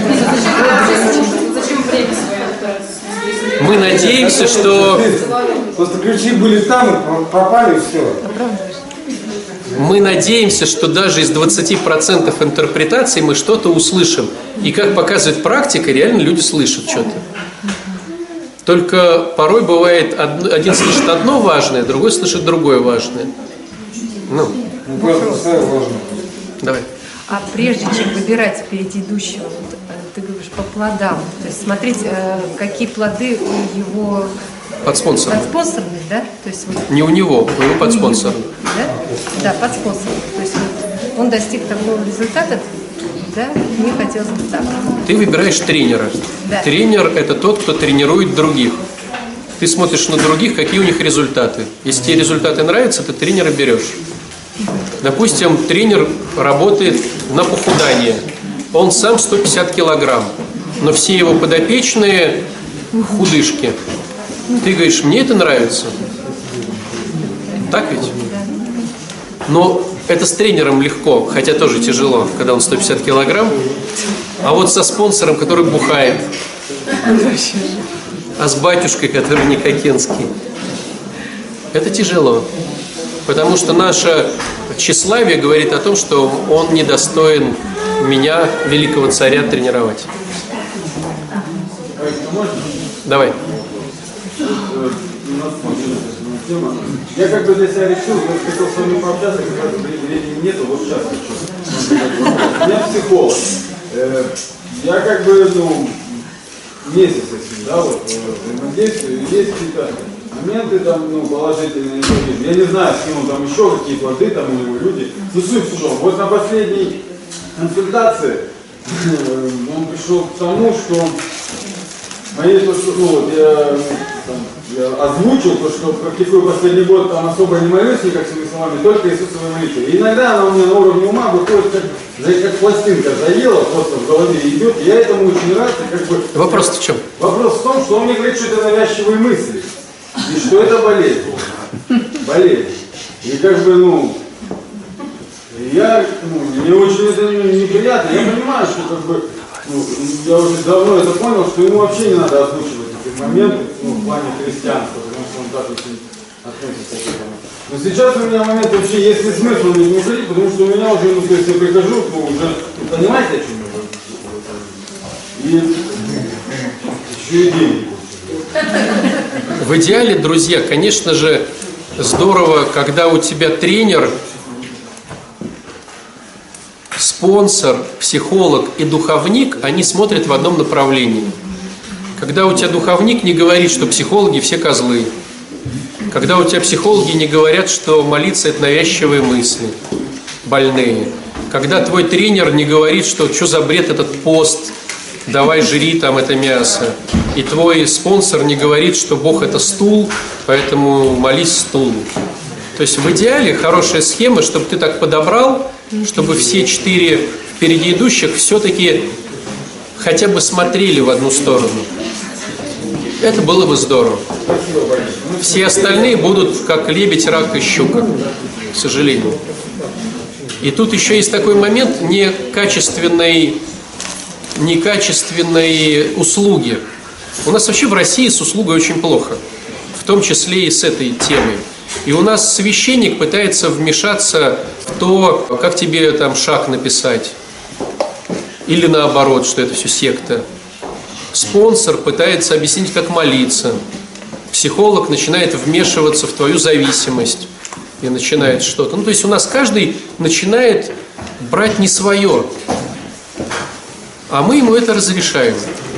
Зачем время свое? Мы надеемся, что... Просто ключи были там, пропали, и все. Мы надеемся, что даже из двадцати процентов интерпретаций мы что-то услышим. И как показывает практика, реально люди слышат что-то. Только порой бывает, один слышит одно важное, другой слышит другое важное. Ну, ну просто важно. Давай. А прежде чем выбирать впереди идущего, вот, э, ты говоришь по плодам, то есть смотреть, э, какие плоды у его Подспонсором. подспонсорных, да? То есть вот, Не у него, у него подспонсором. да? Да, подспонсорных. То есть вот, он достиг такого результата, да? Мне хотелось бы так. Ты выбираешь тренера. Да. Тренер – это тот, кто тренирует других. Ты смотришь на других, какие у них результаты. Если тебе результаты нравятся, ты тренера берешь. Допустим, тренер работает на похудание. Он сам сто пятьдесят килограмм, но все его подопечные худышки. Ты говоришь, мне это нравится. Так ведь? Но это с тренером легко, хотя тоже тяжело, когда он сто пятьдесят килограмм. А вот со спонсором, который бухает. А с батюшкой, который никотинский. Это тяжело. Потому что наше тщеславие говорит о том, что он недостоин меня, великого царя, тренировать. Давай. Я как бы для себя решил, я хотел с вами пообщаться, как раз времени нету, вот сейчас хочу. У меня психолог. Я как бы, ну, месяц с ним, да, вот, взаимодействую, есть какие-то моменты там, ну, положительные. Я не знаю, с ним он там еще какие плоды, там у него люди. Ну, суть в чем, вот на последней консультации он пришел к тому, что мои, то, что, ну, вот, я, там, я озвучил то, что практикую последний год, там особо не молюсь никак своими словами, только Иисусовой молитвой. И иногда она у меня на уровне ума выходит, как, как пластинка заела, просто в голове идет, и я этому очень рад. И как бы, Вопрос в чем? Вопрос в том, что он мне говорит, что это навязчивые мысли, и что это болезнь. Болезнь. И как бы, ну, я, ну, мне очень это неприятно, я понимаю, что как бы, ну, я уже давно это понял, что ему вообще не надо озвучивать эти моменты, ну, в плане христианства, потому что он так очень относится к этому. Но сейчас у меня момент вообще, есть ли смысл мне не уходить, потому что у меня уже, ну, то есть я прихожу, ну, уже, понимаете, о чем я говорю? И еще и деньги. В идеале, друзья, конечно же, здорово, когда у тебя тренер, спонсор, психолог и духовник, они смотрят в одном направлении. Когда у тебя духовник не говорит, что психологи все козлы. Когда у тебя психологи не говорят, что молиться – это навязчивые мысли, больные. Когда твой тренер не говорит, что что за бред этот пост, давай жри там это мясо. И твой спонсор не говорит, что Бог – это стул, поэтому молись стулу. То есть в идеале хорошая схема, чтобы ты так подобрал, чтобы все четыре впереди идущих все-таки хотя бы смотрели в одну сторону. Это было бы здорово. Все остальные будут как лебедь, рак и щука, к сожалению. И тут еще есть такой момент некачественной, некачественной услуги. У нас вообще в России с услугой очень плохо, в том числе и с этой темой. И у нас священник пытается вмешаться в то, как тебе там шаг написать. Или наоборот, что это все секта. Спонсор пытается объяснить, как молиться. Психолог начинает вмешиваться в твою зависимость и начинает что-то. Ну, то есть у нас каждый начинает брать не свое, а мы ему это разрешаем.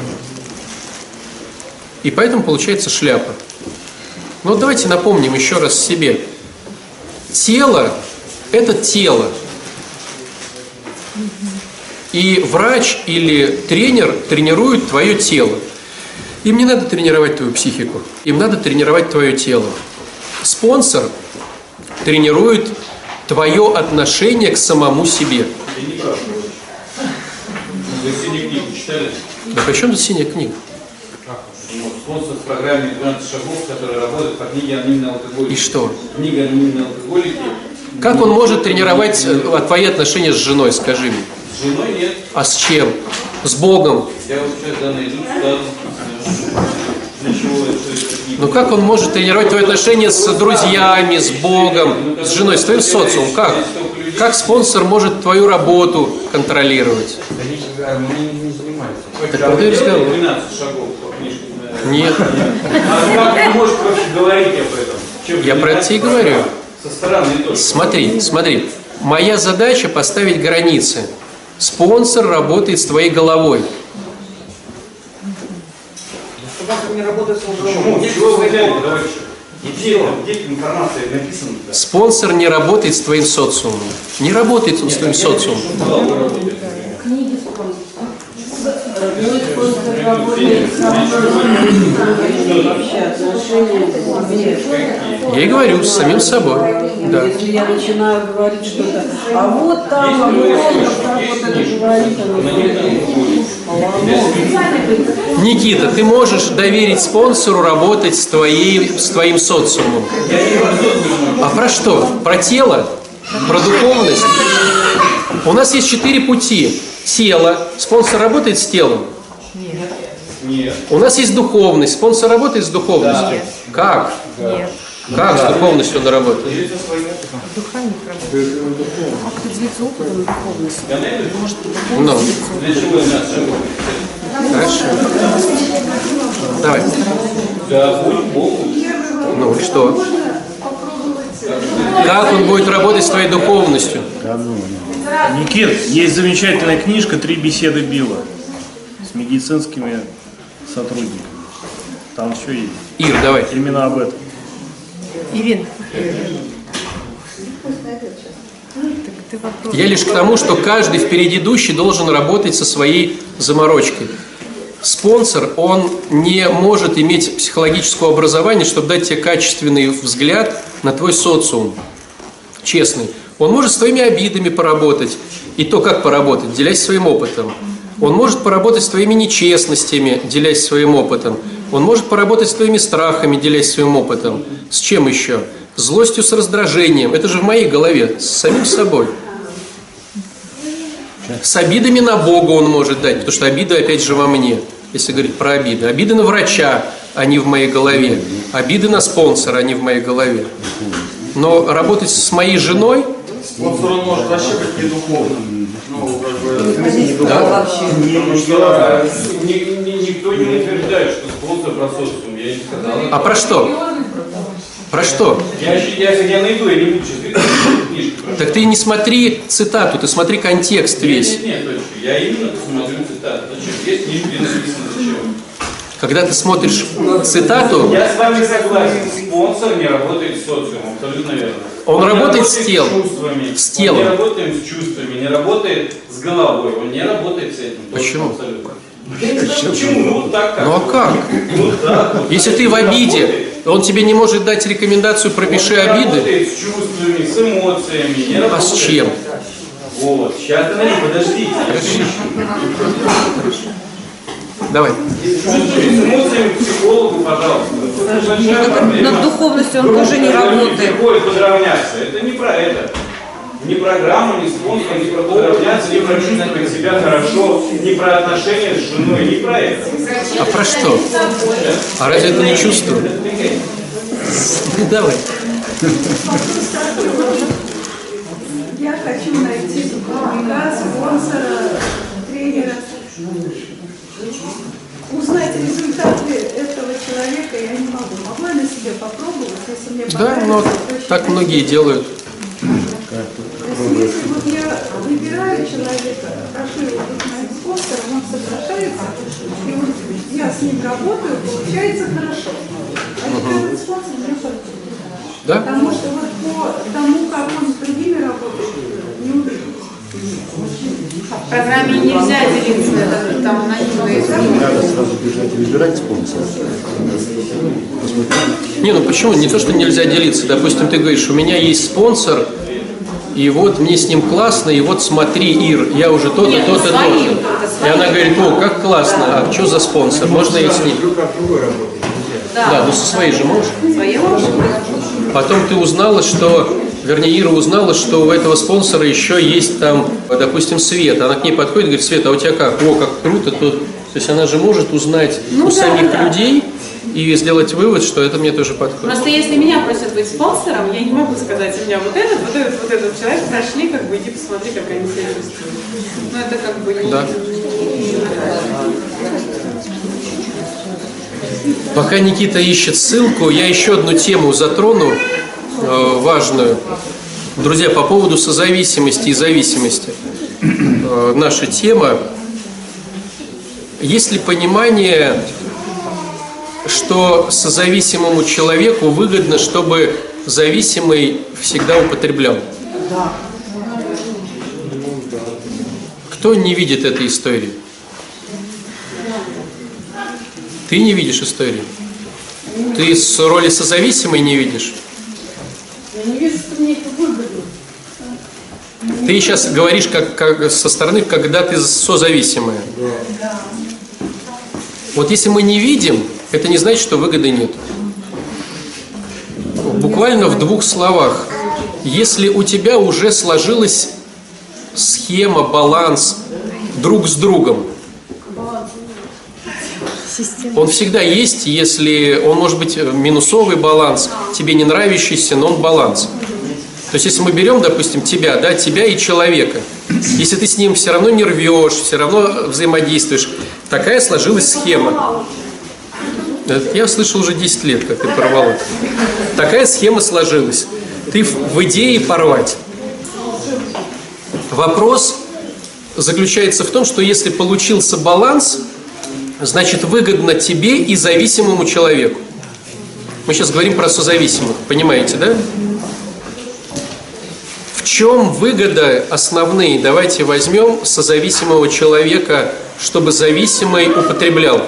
И поэтому получается шляпа. Но вот давайте напомним еще раз себе. Тело – это тело. И врач или тренер тренирует твое тело. Им не надо тренировать твою психику, им надо тренировать твое тело. Спонсор тренирует твое отношение к самому себе. Синюю книгу читали? Да при чем тут синяя книга? Спонсор в программе двенадцать шагов, который работает по книге «Анонимные алкоголики». И что? Книга «Анонимные алкоголики». Как он может тренировать твои отношения с женой, скажи мне? С женой нет. А с чем? С Богом? Я вот сейчас да, найду сюда. Для чего это? Ну как он может тренировать твои отношения с друзьями, с Богом, с женой, с твоим социумом? Как? Как спонсор может твою работу контролировать? Они не занимаются. Так вот и разговор. двенадцать шагов по книжке. Нет. А как вы можете вообще говорить об этом? Чем Я про это и говорю. Со стороны тоже. Смотри, смотри. Моя задача поставить границы. Спонсор работает с твоей головой. Не работает с Почему? Чего вы взяли, товарищи? Где, где информация написана? Спонсор не работает с твоим социумом. Не работает он с твоим социумом. Книги спонсор. Я и говорю, с самим собой. Да. Если я начинаю говорить что-то, а вот там, а вот там, вот это говорит, Никита, ты можешь доверить спонсору работать с, твоей, с твоим социумом. А про что? Про тело? Про духовность? У нас есть четыре пути. Тело. Спонсор работает с телом? Нет. Нет. У нас есть духовность. Спонсор работает с духовностью? Да. Как? Нет. Как с духовностью он работает? Духа не работает. А кто делится опытом духовности? Может, Ну. Хорошо. Давай. Ну и что? Как он будет работать с твоей духовностью? Никит, есть замечательная книжка «Три беседы Билла» с медицинскими сотрудниками. Там все есть. Ир, давай. Именно об этом. Ирина. Я лишь к тому, что каждый впереди идущий должен работать со своей заморочкой. Спонсор, он не может иметь психологического образования, чтобы дать тебе качественный взгляд на твой социум. Честный. Он может с твоими обидами поработать. И то, как поработать, делясь своим опытом. Он может поработать с твоими нечестностями, делясь своим опытом. Он может поработать с твоими страхами, делясь своим опытом. С чем еще? С злостью, с раздражением. Это же в моей голове, с самим собой. С обидами на Бога он может дать, потому что обиды опять же во мне, если говорить про обиды. Обиды на врача, они в моей голове. Обиды на спонсора, они в моей голове. Но работать с моей женой... Спонсор он может вообще быть не духовным. Ну, как бы... Да? Никто не утверждает, что спонсор про социум. Я не сказал. А про что? Про что? Я, я, я найду, я не буду сейчас книжки. Так ты не смотри цитату, ты смотри контекст весь. Нет, нет, нет, точно. Я именно смотрю цитату. Зачем? Есть книжки, где написано зачем. Когда ты смотришь цитату... Я с вами согласен. Спонсор не работает с социумом. Абсолютно верно. Он, он работает с телом. С чувствами. С телом. Он не работает с чувствами, не работает с головой. Он не работает с этим. Почему? Абсолютно. Почему? Ну так как. Ну а как? Ну так. Если ты в обиде, он тебе не может дать рекомендацию «пропиши обиды». Он не работает с чувствами, с эмоциями. Не а с чем? Вот. Сейчас, подождите. Давай. С чувствами, с эмоциями к психологу, пожалуйста. Над духовностью он тоже не работает. Подравняться. Это не про это. Ни программа, ни спонсор, ни про подравняться, ни про чувствовать себя хорошо, ни про отношения с женой, ни про это. А про что? А разве это не чувство? Ну давай. Я хочу найти духовника, спонсора, тренера. Узнать результаты этого человека я не могу. Могу я на себе попробовать, если мне Да, но так многие делают. Если вот я выбираю человека, прошу его быть моим спонсором, он соглашается, и вот я с ним работаю, получается хорошо. А теперь вот спонсор мне подходит. Да? Потому что вот по тому, как он с другими работает, не увидит. В программе нельзя делиться, это там анонимные. Не надо сразу бежать и выбирать спонсора. Не, ну почему? Не то, что нельзя делиться. Допустим, ты говоришь, у меня есть спонсор, и вот мне с ним классно, и вот смотри, Ир, я уже то-то, то-то, то-то. И она говорит, о, как классно, а что за спонсор? Можно и с ним? Да, ну со своей же можешь. Потом ты узнала, что, вернее, Ира узнала, что у этого спонсора еще есть там, допустим, Света. Она к ней подходит и говорит, Света, а у тебя как? О, как круто тут. То есть она же может узнать ну, у да, самих да. людей и сделать вывод, что это мне тоже подходит. Просто если меня просят быть спонсором, я не могу сказать, у меня вот этот, вот этот, вот этот человек прошли, как бы иди посмотри, как они себя чувствуют. Ну это как бы не... Да. Пока Никита ищет ссылку, я еще одну тему затрону, э, важную. Друзья, по поводу созависимости и зависимости. Э, наша тема. Есть ли понимание, что созависимому человеку выгодно, чтобы зависимый всегда употреблял? Да. Кто не видит этой истории? Ты не видишь истории? Ты с роли созависимой не видишь? Я не вижу, что мне это выгодно. Ты сейчас говоришь как, как со стороны, когда ты созависимая. Да. Вот если мы не видим, это не значит, что выгоды нет. Буквально в двух словах. Если у тебя уже сложилась схема, баланс друг с другом, он всегда есть, если он может быть минусовый баланс, тебе не нравящийся, но он баланс. То есть, если мы берем, допустим, тебя, да, тебя и человека, если ты с ним все равно не рвешь, все равно взаимодействуешь, такая сложилась схема. Я слышал уже десять лет, как ты порвала. Такая схема сложилась. Ты в идее порвать. Вопрос заключается в том, что если получился баланс, значит выгодно тебе и зависимому человеку. Мы сейчас говорим про созависимых, понимаете, да? В чем выгода основные? Давайте возьмем созависимого человека, чтобы зависимый употреблял.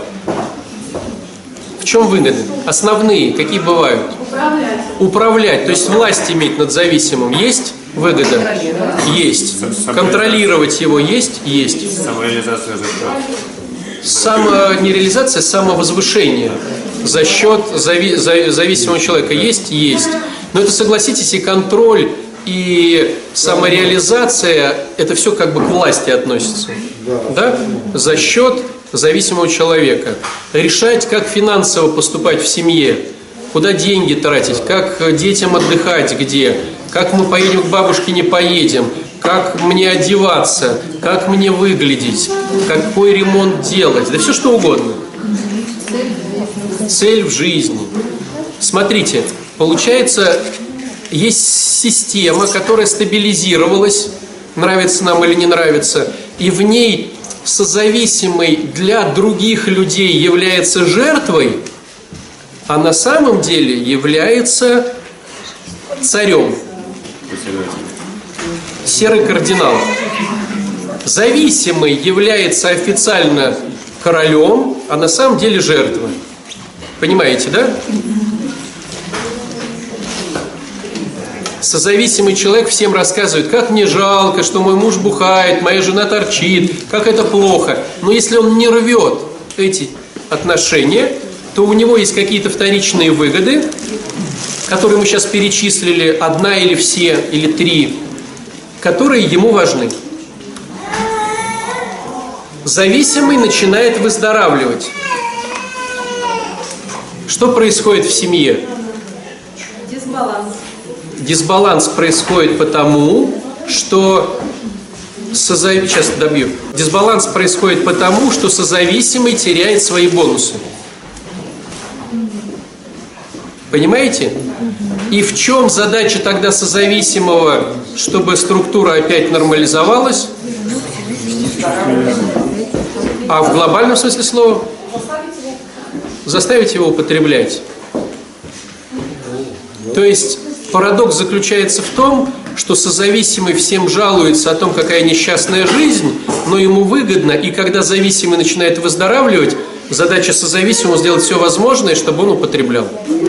В чем выгоды? Основные, какие бывают? Управлять. Управлять, то есть власть иметь над зависимым. Есть выгода? Есть. Контролировать его есть? Есть. Самореализация за счет. Само, не реализация, самовозвышение за счет зави, за, зависимого человека есть? Есть. Но это, согласитесь, и контроль, и самореализация, это все как бы к власти относится. Да? За счет зависимого человека. Решать, как финансово поступать в семье, куда деньги тратить, как детям отдыхать где, как мы поедем к бабушке, не поедем, как мне одеваться, как мне выглядеть, какой ремонт делать, да все что угодно. Цель в жизни. Смотрите, получается, есть система, которая стабилизировалась, нравится нам или не нравится, и в ней созависимый для других людей является жертвой, а на самом деле является царем. Серый кардинал. Зависимый является официально королем, а на самом деле жертва. Понимаете, да? Созависимый человек всем рассказывает, как мне жалко, что мой муж бухает, моя жена торчит, как это плохо. Но если он не рвет эти отношения, то у него есть какие-то вторичные выгоды, которые мы сейчас перечислили, одна или все, или три, которые ему важны. Зависимый начинает выздоравливать. Что происходит в семье? Дисбаланс. Дисбаланс происходит потому, что созав... Сейчас добью. Дисбаланс происходит потому, что созависимый теряет свои бонусы. Понимаете? И в чем задача тогда созависимого, чтобы структура опять нормализовалась? А в глобальном смысле слова? Заставить его употреблять. То есть парадокс заключается в том, что созависимый всем жалуется о том, какая несчастная жизнь, но ему выгодно, и когда зависимый начинает выздоравливать, задача созависимого сделать все возможное, чтобы он употреблял.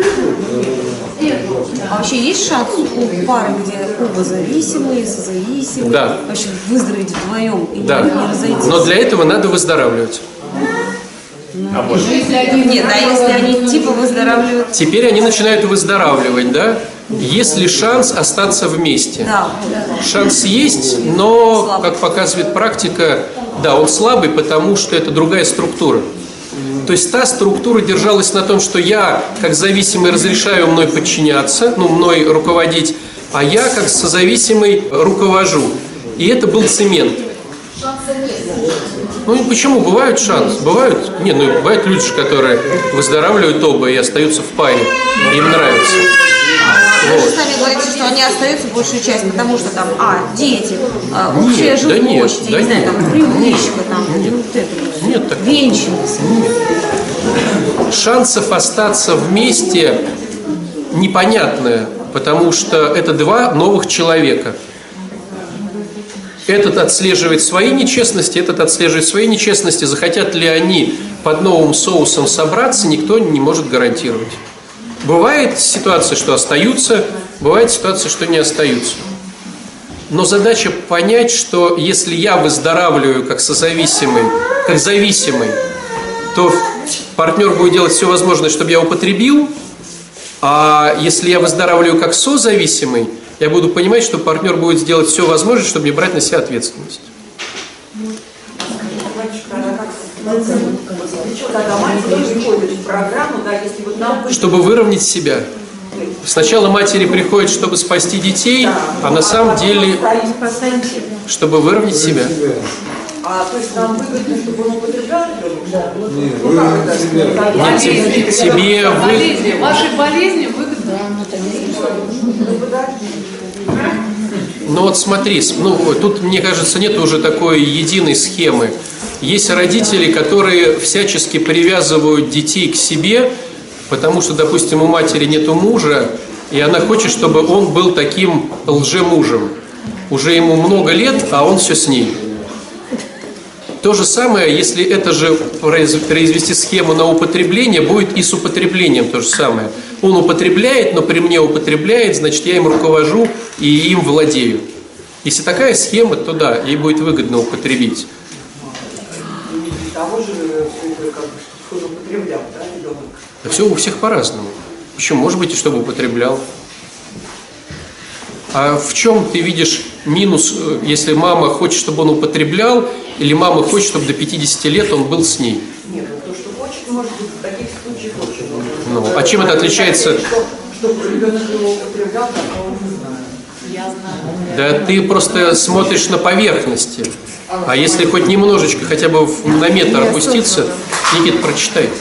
А вообще есть шанс у пары, где оба зависимые, созависимые, да, вообще выздороветь вдвоем и да, не разойтись? Но для этого надо выздоравливать. Ну, а может? Нет, а если они типа выздоравливают? Теперь они начинают выздоравливать, да? Есть ли шанс остаться вместе? Да. Шанс есть, но, слабый. Как показывает практика, да, он слабый, потому что это другая структура. То есть та структура держалась на том, что я, как зависимый, разрешаю мной подчиняться, ну, мной руководить, а я, как созависимый, руковожу. И это был цемент. Ну почему? Бывают шансы. Бывают. Не, ну бывают люди, которые выздоравливают оба и остаются в паре. Им нравится. Вы же сами говорите, что они остаются большую часть, потому что там, а, дети, а, общая нет, жилплощадь, да нет, я да не знаю, нет, там, привычка, там, нет, вот это, нет, так, венчанность. шансов остаться вместе непонятное, потому что это два новых человека. Этот отслеживает свои нечестности, этот отслеживает свои нечестности. Захотят ли они под новым соусом собраться, никто не может гарантировать. Бывает ситуация, что остаются, бывает ситуация, что не остаются. Но задача понять, что если я выздоравливаю как созависимый, как зависимый, то партнер будет делать все возможное, чтобы я употребил, а если я выздоравливаю как созависимый, я буду понимать, что партнер будет сделать все возможное, чтобы не брать на себя ответственность. Чтобы выровнять себя. Сначала матери приходят, чтобы спасти детей, а на самом деле, чтобы выровнять себя. А то есть нам выгодно, чтобы он употреблял? Нет, тебе, тебе болезни, вы... Вашей болезни выгодно. Ну вот смотри, ну, тут, мне кажется, нет уже такой единой схемы. Есть родители, которые всячески привязывают детей к себе, потому что, допустим, у матери нету мужа, и она хочет, чтобы он был таким лжемужем. Уже ему много лет, а он все с ней. То же самое, если это же произвести схему на употребление, будет и с употреблением то же самое. Он употребляет, но при мне употребляет, значит, я им руковожу и им владею. Если такая схема, то да, ей будет выгодно употребить. Того же, чтобы употреблял, да, ребенок? Да все у всех по-разному. Почему? Может быть, и чтобы употреблял. А в чем ты видишь минус, если мама хочет, чтобы он употреблял, или мама хочет, чтобы до пятидесяти лет он был с ней? Нет, ну то, что хочет, может быть, в таких случаях очень. Ну, а чем это отличается? Что, чтобы ребенок его употреблял, такого не знаю. Я знаю. Да ты просто смотришь на поверхности. А если хоть немножечко, хотя бы на метр опуститься, Никит, прочитай.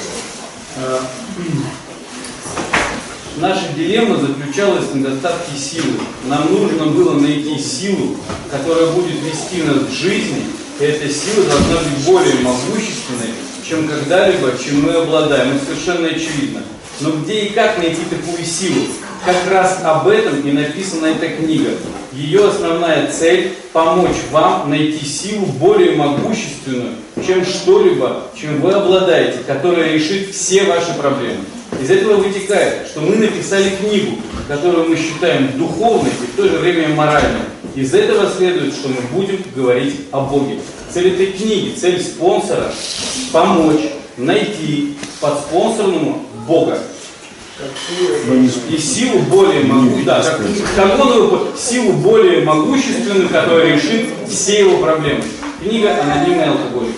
Наша дилемма заключалась в недостатке силы. Нам нужно было найти силу, которая будет вести нас к жизни, и эта сила должна быть более могущественной, чем когда-либо, чем мы обладаем. Это совершенно очевидно. Но где и как найти такую силу? Как раз об этом и написана эта книга. Ее основная цель – помочь вам найти силу более могущественную, чем что-либо, чем вы обладаете, которая решит все ваши проблемы. Из этого вытекает, что мы написали книгу, которую мы считаем духовной и в то же время моральной. Из этого следует, что мы будем говорить о Боге. Цель этой книги, цель спонсора – помочь найти подспонсорному Бога. И силу более могущественную, да, как он, силу более могущественную, которая решит все его проблемы. Книга «Анонимные алкоголики».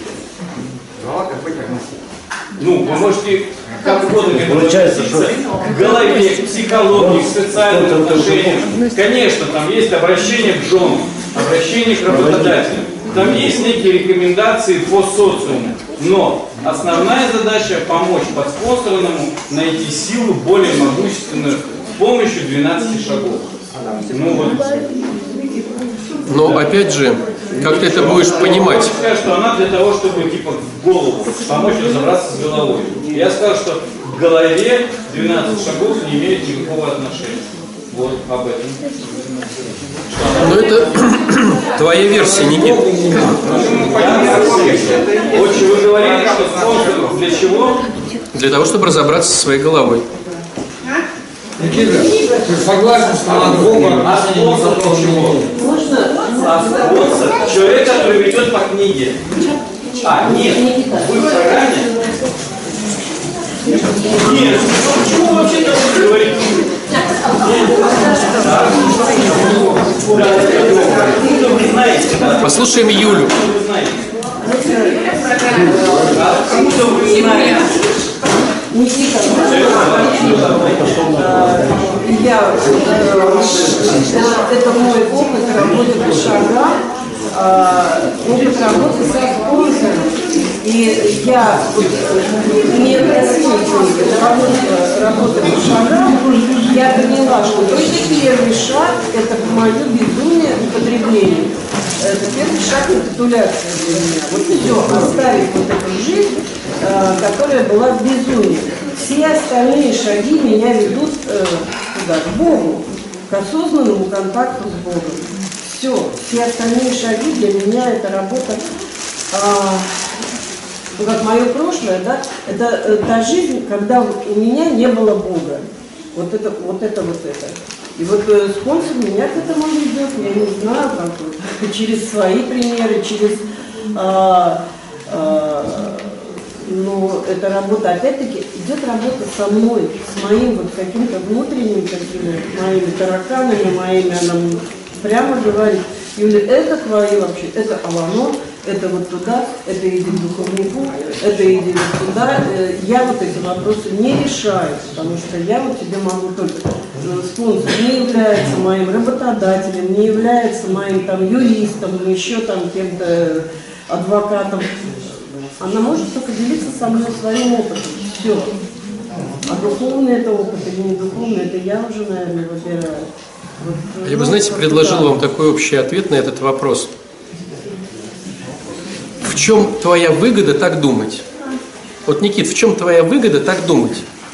Ну, вы можете как угодно к этому относиться, к голове, к психологии, к социальным отношениям. Конечно, там есть обращение к женам, обращение к работодателям. Там есть некие рекомендации по социуму. Но основная задача – помочь подспонсорному найти силу более могущественную с помощью двенадцати шагов. Ну, вот. Но опять же, как ты это будешь понимать? Я сказал, что она для того, чтобы типа в голову помочь разобраться с головой. Я сказал, что к голове двенадцать шагов не имеет никакого отношения. Вот об этом. Но это твоя версия, Никит. Очень вы говорили, что спонсор для чего? Для того, чтобы разобраться со своей головой. Никита, ты согласен, что надо Бога? А спонсор для чего? А спонсор – человек, который ведет по книге. А, нет, вы в программе? Нет, почему вообще такое говорите? Послушаем Юлю. Я, это мой опыт работы по шагам. опыт работы со спонсором. И я не красивой книги, работа, работа по шагам, я поняла, что это первый шаг, это мое безумие употребления. Это первый шаг капитуляции для меня. Вот все, оставить вот эту жизнь, которая была в безумии. Все остальные шаги меня ведут туда, к Богу, к осознанному контакту с Богом. Все, все остальные шаги для меня это работа, а, ну, как мое прошлое, да, это та жизнь, когда у меня не было Бога. Вот это, вот это, вот это. И вот э, спонсор меня к этому ведет, я не знаю, как вот, через свои примеры, через, а, а, ну, эта работа, опять-таки, идет работа со мной, с моим вот каким-то внутренним, какими моими тараканами, моими, она прямо говорит: Юля, это твои вообще, это Алано, это вот туда, это иди к духовнику, это иди вот туда. Я вот эти вопросы не решаю, потому что я вот тебе могу только... Спонсор не является моим работодателем, не является моим там юристом, еще там кем-то, адвокатом. Она может только делиться со мной своим опытом. Все. А духовный это опыт или не духовный, это я уже, наверное, выбираю. Вот, я бы, знаете, предложил вам такой общий ответ на этот вопрос. В чем твоя выгода так думать? Вот, Никит, в чем твоя выгода так думать?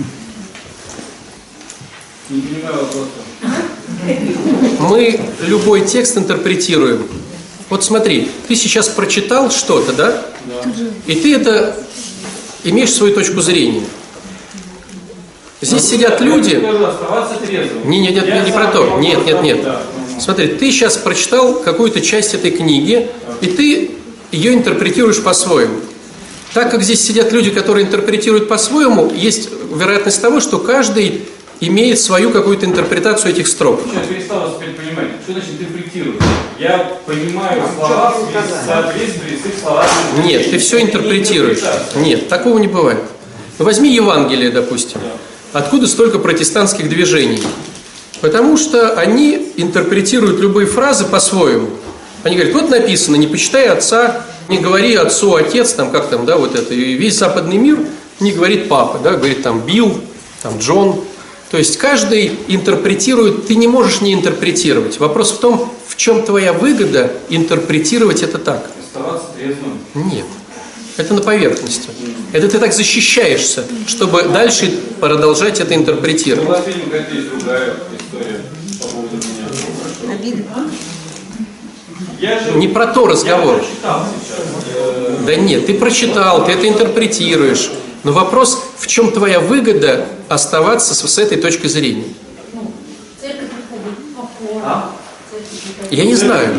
Не понимаю вопроса. Мы любой текст интерпретируем. Вот смотри, ты сейчас прочитал что-то, да? Да. И ты это имеешь свою точку зрения. Здесь Но сидят я люди... Скажу, оставаться трезвым. Не, нет, нет, Я не про то. Нет, нет, нет. Да. Смотри, ты сейчас прочитал какую-то часть этой книги, и ты ее интерпретируешь по-своему. Так как здесь сидят люди, которые интерпретируют по-своему, есть вероятность того, что каждый имеет свою какую-то интерпретацию этих строк. Я перестал вас теперь понимать. Что значит интерпретировать? Я понимаю слова в соответствии с их словами. Нет, ты все интерпретируешь. Нет, такого не бывает. Ну, возьми Евангелие, допустим. Откуда столько протестантских движений? Потому что они интерпретируют любые фразы по-своему. Они говорят, вот написано, не почитай отца, не говори отцу отец, там как там, да, вот это. И весь западный мир не говорит папа, да, говорит там Билл, там Джон. То есть каждый интерпретирует, ты не можешь не интерпретировать. Вопрос в том, в чем твоя выгода интерпретировать это так. Оставаться трезвым. Нет. Это на поверхности. Это ты так защищаешься, чтобы дальше продолжать это интерпретировать. У вас, видимо, какая-то есть другая история по поводу меня. Обида. Я же, не про то разговор. Я прочитал сейчас. Да нет, ты прочитал, ты это интерпретируешь. Но вопрос, в чем твоя выгода оставаться с, с этой точки зрения? Церковь приходить. А? Я не знаю.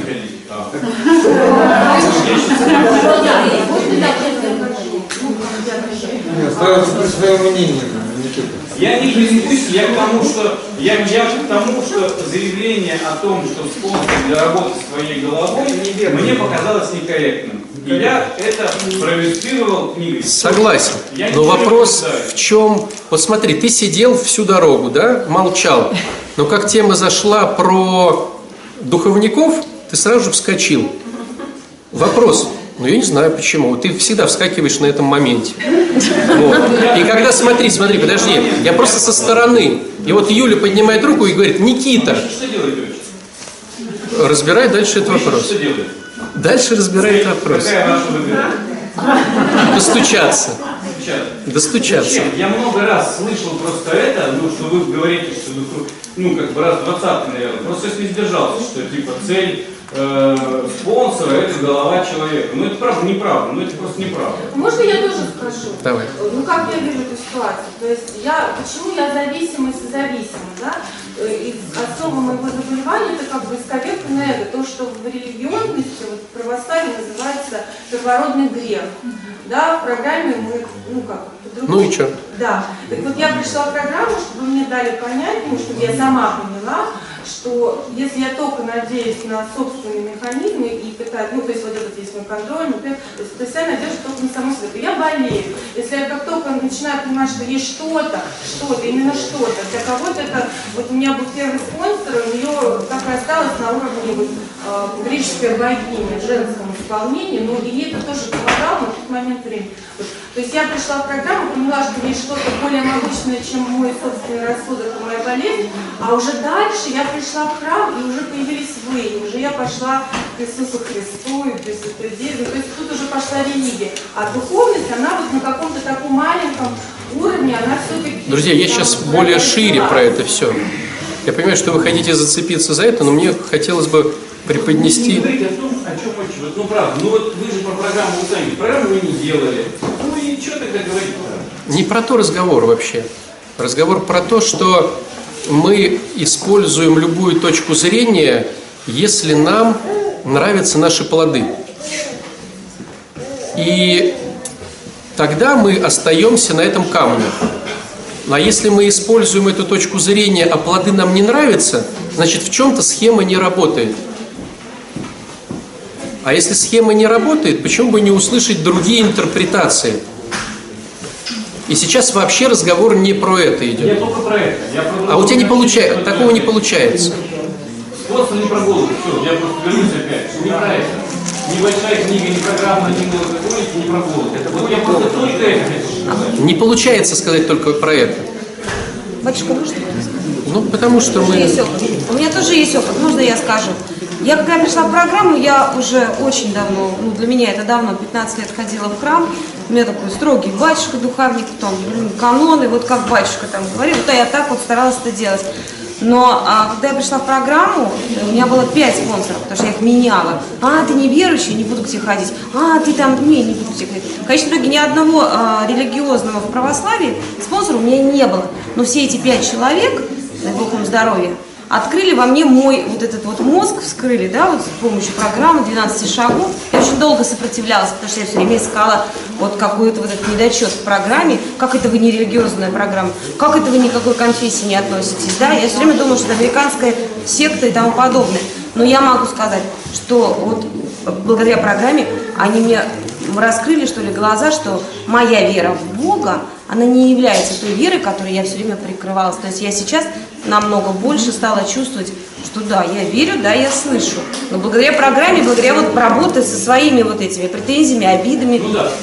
Оставаться при своем мнении, Никита. Я не приземлюсь, я к тому, что я, я к тому, что заявление о том, что спонсор для работы своей головой, мне показалось некорректным. И я это проиллюстрировал книгой. Согласен. Я Но вопрос в чем... Вот смотри, ты сидел всю дорогу, да, молчал. Но как тема зашла про духовников, ты сразу же вскочил. Вопрос. Ну, я не знаю почему. Ты всегда вскакиваешь на этом моменте. Вот. И когда, смотри, смотри, подожди, я просто со стороны. И вот Юля поднимает руку и говорит, Никита. Что делает? Разбирай дальше этот вопрос. Что делает? Дальше разбирай этот вопрос. Какая ваша выгода? Достучаться. Достучаться. Я много раз слышал просто это, ну, что вы говорите, что ну, как бы раз двадцатый, наверное. Просто если не сдержался, что типа цель э, спонсора это голова человека. Ну это правда неправда, ну это просто неправда. Можно я тоже спрошу? Давай. Ну как я вижу эту ситуацию? То есть я, почему я зависимый и созависимый, да? И основа моего заболевания это как бы исковерканное эго, то, что в религиозности, вот в православии называется первородный грех. Да, в программе мы, ну как, по-другому. Ну и что? Да. Так вот я пришла в программу, чтобы мне дали понять, ну, чтобы я сама поняла, что если я только надеюсь на собственные механизмы и пытаюсь, ну, то есть вот этот есть мой контроль, то есть, то есть я надеюсь только на саму себя, то я болею. Если я как только начинаю понимать, что есть что-то, что-то, именно что-то, для кого-то это, вот у меня был первый спонсор, у нее так и осталось на уровне вот, греческая богиня в женском исполнении, но и ей это тоже помогало на тот момент времени. То есть я пришла в программу, поняла, что есть что-то более могущественное, чем мой собственный рассудок и моя болезнь, а уже дальше я пришла в храм, и уже появились вы, и уже я пошла к Иисусу Христу, и то есть, то есть тут уже пошла религия. А духовность, она вот на каком-то таком маленьком уровне, она все-таки... Друзья, я сейчас более шире про это все. Я понимаю, что вы хотите зацепиться за это, но мне хотелось бы преподнести... Не говорите о том, о чем очень... Ну, правда, ну вот вы же про программу вы сами, программу вы не делали. Ну и что тогда говорить-то? Не про то разговор вообще. Разговор про то, что мы используем любую точку зрения, если нам нравятся наши плоды. И тогда мы остаемся на этом камне. А если мы используем эту точку зрения, а плоды нам не нравятся, значит, в чем-то схема не работает. А если схема не работает, почему бы не услышать другие интерпретации? И сейчас вообще разговор не про это идет. Я только про это. Я про а у тебя не получается, такого не получается. Просто не про голову. Все, я просто вернусь опять. Не про это. Ни большая книга, ни программа, ни музыка, ни про голову. Это вот я просто только это хочу. Не получается сказать только про это. Батюшка, можно? Ну, потому что мы... Есть опыт. У меня тоже есть опыт, можно я скажу? Я когда пришла в программу, я уже очень давно, ну для меня это давно, пятнадцать лет ходила в храм. У меня такой строгий батюшка, духовник, там, каноны, вот как батюшка там говорил, вот я так вот старалась это делать. Но а, когда я пришла в программу, у меня было пять спонсоров, потому что я их меняла. А, ты не верующий, не буду к тебе ходить. А, ты там, не, не буду к тебе ходить. В конечном итоге ни одного а, религиозного в православии спонсора у меня не было. Но все эти пять человек, дай Бог им здоровья, открыли во мне мой вот этот вот мозг, вскрыли, да, вот с помощью программы двенадцати шагов. Я очень долго сопротивлялась, потому что я все время искала вот какой-то вот этот недочет в программе, как это вы не религиозная программа, как это вы никакой конфессии не относитесь, да. Я все время думала, что это американская секта и тому подобное. Но я могу сказать, что вот благодаря программе они мне раскрыли, что ли, глаза, что моя вера в Бога, она не является той верой, которой я все время прикрывалась. То есть я сейчас намного больше стала чувствовать, что да, я верю, да, я слышу. Но благодаря программе, благодаря вот работе со своими вот этими претензиями, обидами, ну, да.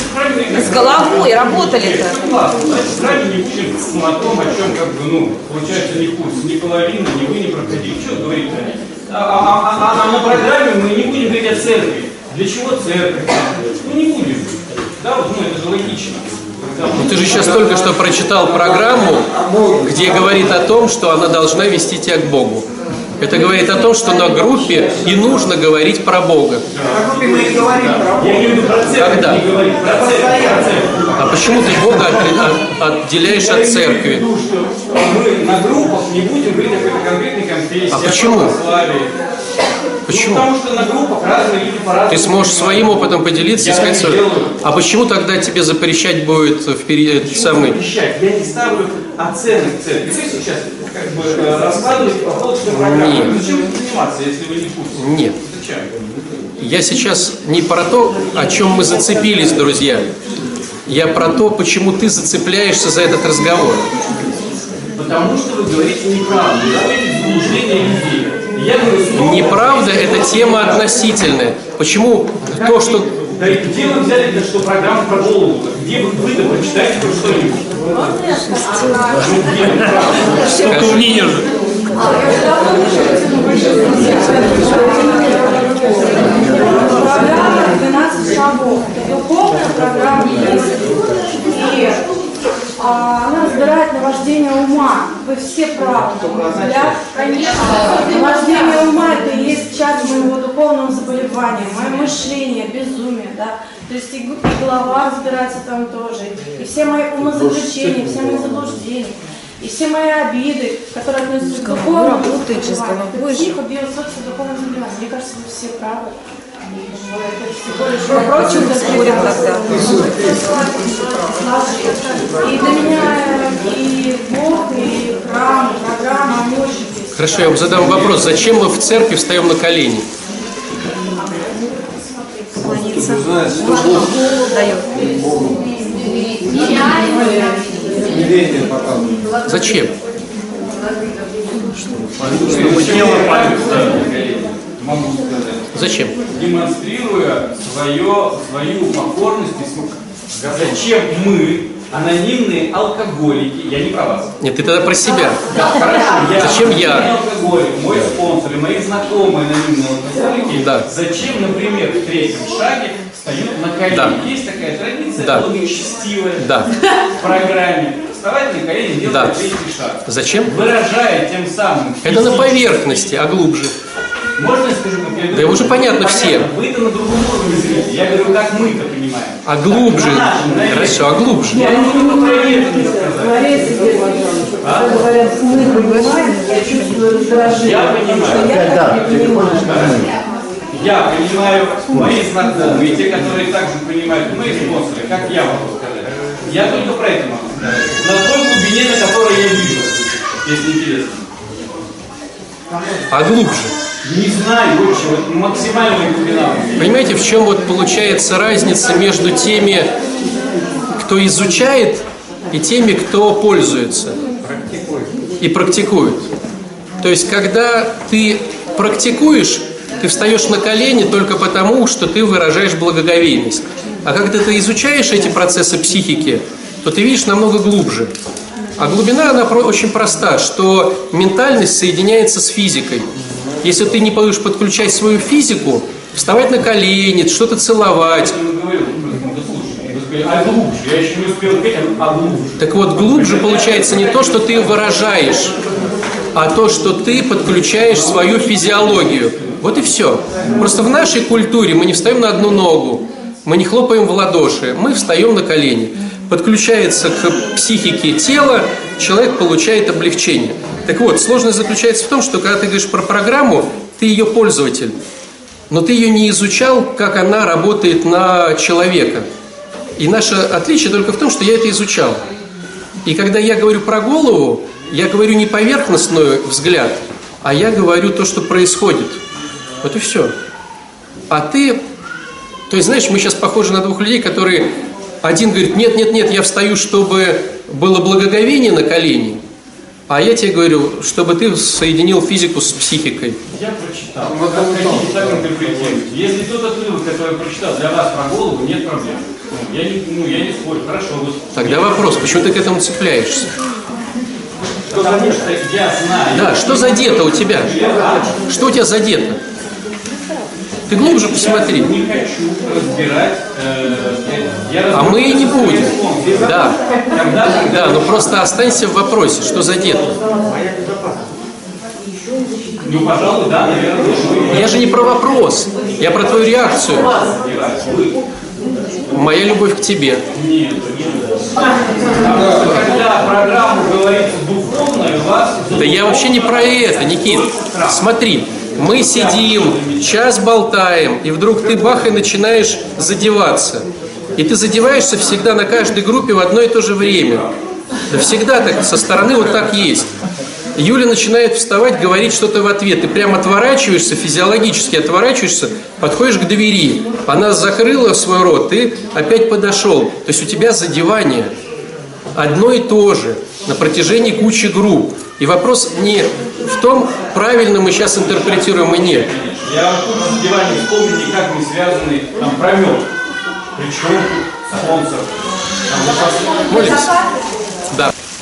с головой работали-то. Ну ладно, значит, правильно не учим о том, о чем, как бы, ну, получается, ни курс, ни половина, ни вы не проходили. Что говорить-то? А, а, а, а на программе мы не будем говорить о церкви. Для чего церковь? Ну не будем. Да, вот, ну это же логично. Ну, ты же сейчас только что прочитал программу, где говорит о том, что она должна вести тебя к Богу. Это говорит о том, что на группе и нужно говорить про Бога. На группе мы и говорим про Бога. Я имею в виду про церковь. Когда? Не говорим про церковь. А почему ты Бога отделяешь от церкви? Я имею в виду, что мы на группах не будем говорить о какой-то конкретной конфессии. А почему? Почему? Ну, потому что на группах разные люди по-разному. Ты сможешь своим опытом поделиться и сказать, что... А почему тогда тебе запрещать будет впереди самый... Запрещать? Я не ставлю оценок церкви. Вы сейчас как бы раскладываете по полочным программам. Нет. Зачем этим заниматься, если вы не в курсе? Нет. Зачем? Я сейчас не про то, о чем мы зацепились, друзья. Я про то, почему ты зацепляешься за этот разговор. Потому что вы говорите неправду. Вы говорите заблуждение людей. Я говорю, снова... Неправда – это тема относительная. Почему то, что... Да и где вы взяли это, что программа про голову? Где вы вы-то прочитаете хоть что-нибудь? Сколько мнений же? Программа двенадцать шагов. Духовная программа есть. И а, она разбирает наваждение ума. Вы все правы, на мой взгляд. Конечно. Наваждение ума – это и есть часть моего духовного заболевания, мое мышление, безумие, да. То есть и голова разбирается там тоже. И все мои умозаключения, все мои заблуждения. И все мои обиды, которые относятся к духовному работает же с головой. это психобиосоциальное духовное заболевание. Мне кажется, вы все правы. Это всего лишь вопрос, Впрочем, спорим тогда. И для меня и Бог, и храм, и программа, они очень близки. Хорошо, я вам задам вопрос. Зачем мы в церкви встаем на колени? Поклониться. Дает. Зачем? Чтобы тело память. могу сказать. Зачем? Демонстрируя свое, свою покорность и смысл. Зачем мы, анонимные алкоголики, я не про вас. Нет, ты тогда про себя. Да, хорошо, я, зачем я? Алкоголик, мой спонсор и мои знакомые анонимные алкоголики, да. Зачем, например, в третьем шаге встают на колени? Да. Есть такая традиция, да. благочестивая да. в программе. Вставать на колени и делать да. третий шаг. Зачем? Выражая тем самым... Это на поверхности, а глубже. Можно я скажу, как я Да уже понятно всем. Вы-то на другом уровне зрите. Я говорю, как мы-то понимаем. А глубже. Хорошо, а глубже. Я не могу про это не сказать. А? Говорят, мы понимаем, я чувствую раздражение. Я понимаю. Я не понимаю. Я понимаю, мои знакомые, те, которые также понимают, мои спонсоры, как я могу сказать. Я только про это могу сказать. На той глубине, на которой я вижу, если интересно. А глубже? Не знаю, больше, вот максимальная глубина. Понимаете, в чем вот получается разница между теми, кто изучает, и теми, кто пользуется и практикует. То есть, когда ты практикуешь, ты встаешь на колени только потому, что ты выражаешь благоговейность. А когда ты изучаешь эти процессы психики, то ты видишь намного глубже. А глубина, она очень проста, что ментальность соединяется с физикой. Если ты не будешь подключать свою физику, вставать на колени, что-то целовать. А глубже? Я еще не успел сказать, а глубже. Так вот, глубже получается не то, что ты выражаешь, а то, что ты подключаешь свою физиологию. Вот и все. Просто в нашей культуре мы не встаем на одну ногу, мы не хлопаем в ладоши, мы встаем на колени. Подключается к психике тела, человек получает облегчение. Так вот, сложность заключается в том, что когда ты говоришь про программу, ты ее пользователь, но ты ее не изучал, как она работает на человека. И наше отличие только в том, что я это изучал. И когда я говорю про голову, я говорю не поверхностный взгляд, а я говорю то, что происходит. Вот и все. А ты... То есть, знаешь, мы сейчас похожи на двух людей, которые... Один говорит, нет, нет, нет, я встаю, чтобы было благоговение на колени. А я тебе говорю, чтобы ты соединил физику с психикой. Я прочитал. Вот как хотите, так интерпретируйте. Если тот отрывок, который я прочитал, для вас про голову, нет проблем. Я не, ну, я не спорю, хорошо. Вот. Тогда вопрос, почему ты к этому цепляешься? Потому что я знаю... Да, что задето у тебя? Что у тебя задето? Ты глубже посмотри. Я не хочу разбирать... Э, я а мы и не будем. Да. Да, но просто останься в вопросе, что задето. Ну, пожалуй, да, наверное. Я же не про вопрос, я про твою реакцию. Моя любовь к тебе. Нет, нет. Потому что когда программа говорится духовно, у вас... Да я вообще не про это, Никит. Смотри, мы сидим, час болтаем, и вдруг ты бах и начинаешь задеваться. И ты задеваешься всегда на каждой группе в одно и то же время. Да всегда так, со стороны вот так есть. Юля начинает вставать, говорить что-то в ответ. Ты прям отворачиваешься, физиологически отворачиваешься, подходишь к двери. Она закрыла свой рот, ты опять подошел. То есть у тебя задевание одно и то же на протяжении кучи групп. И вопрос не в том, правильно мы сейчас интерпретируем и нет. Я вот задевание вспомнил, никак не связанный там промет. Причем спонсор. Молимся? Да.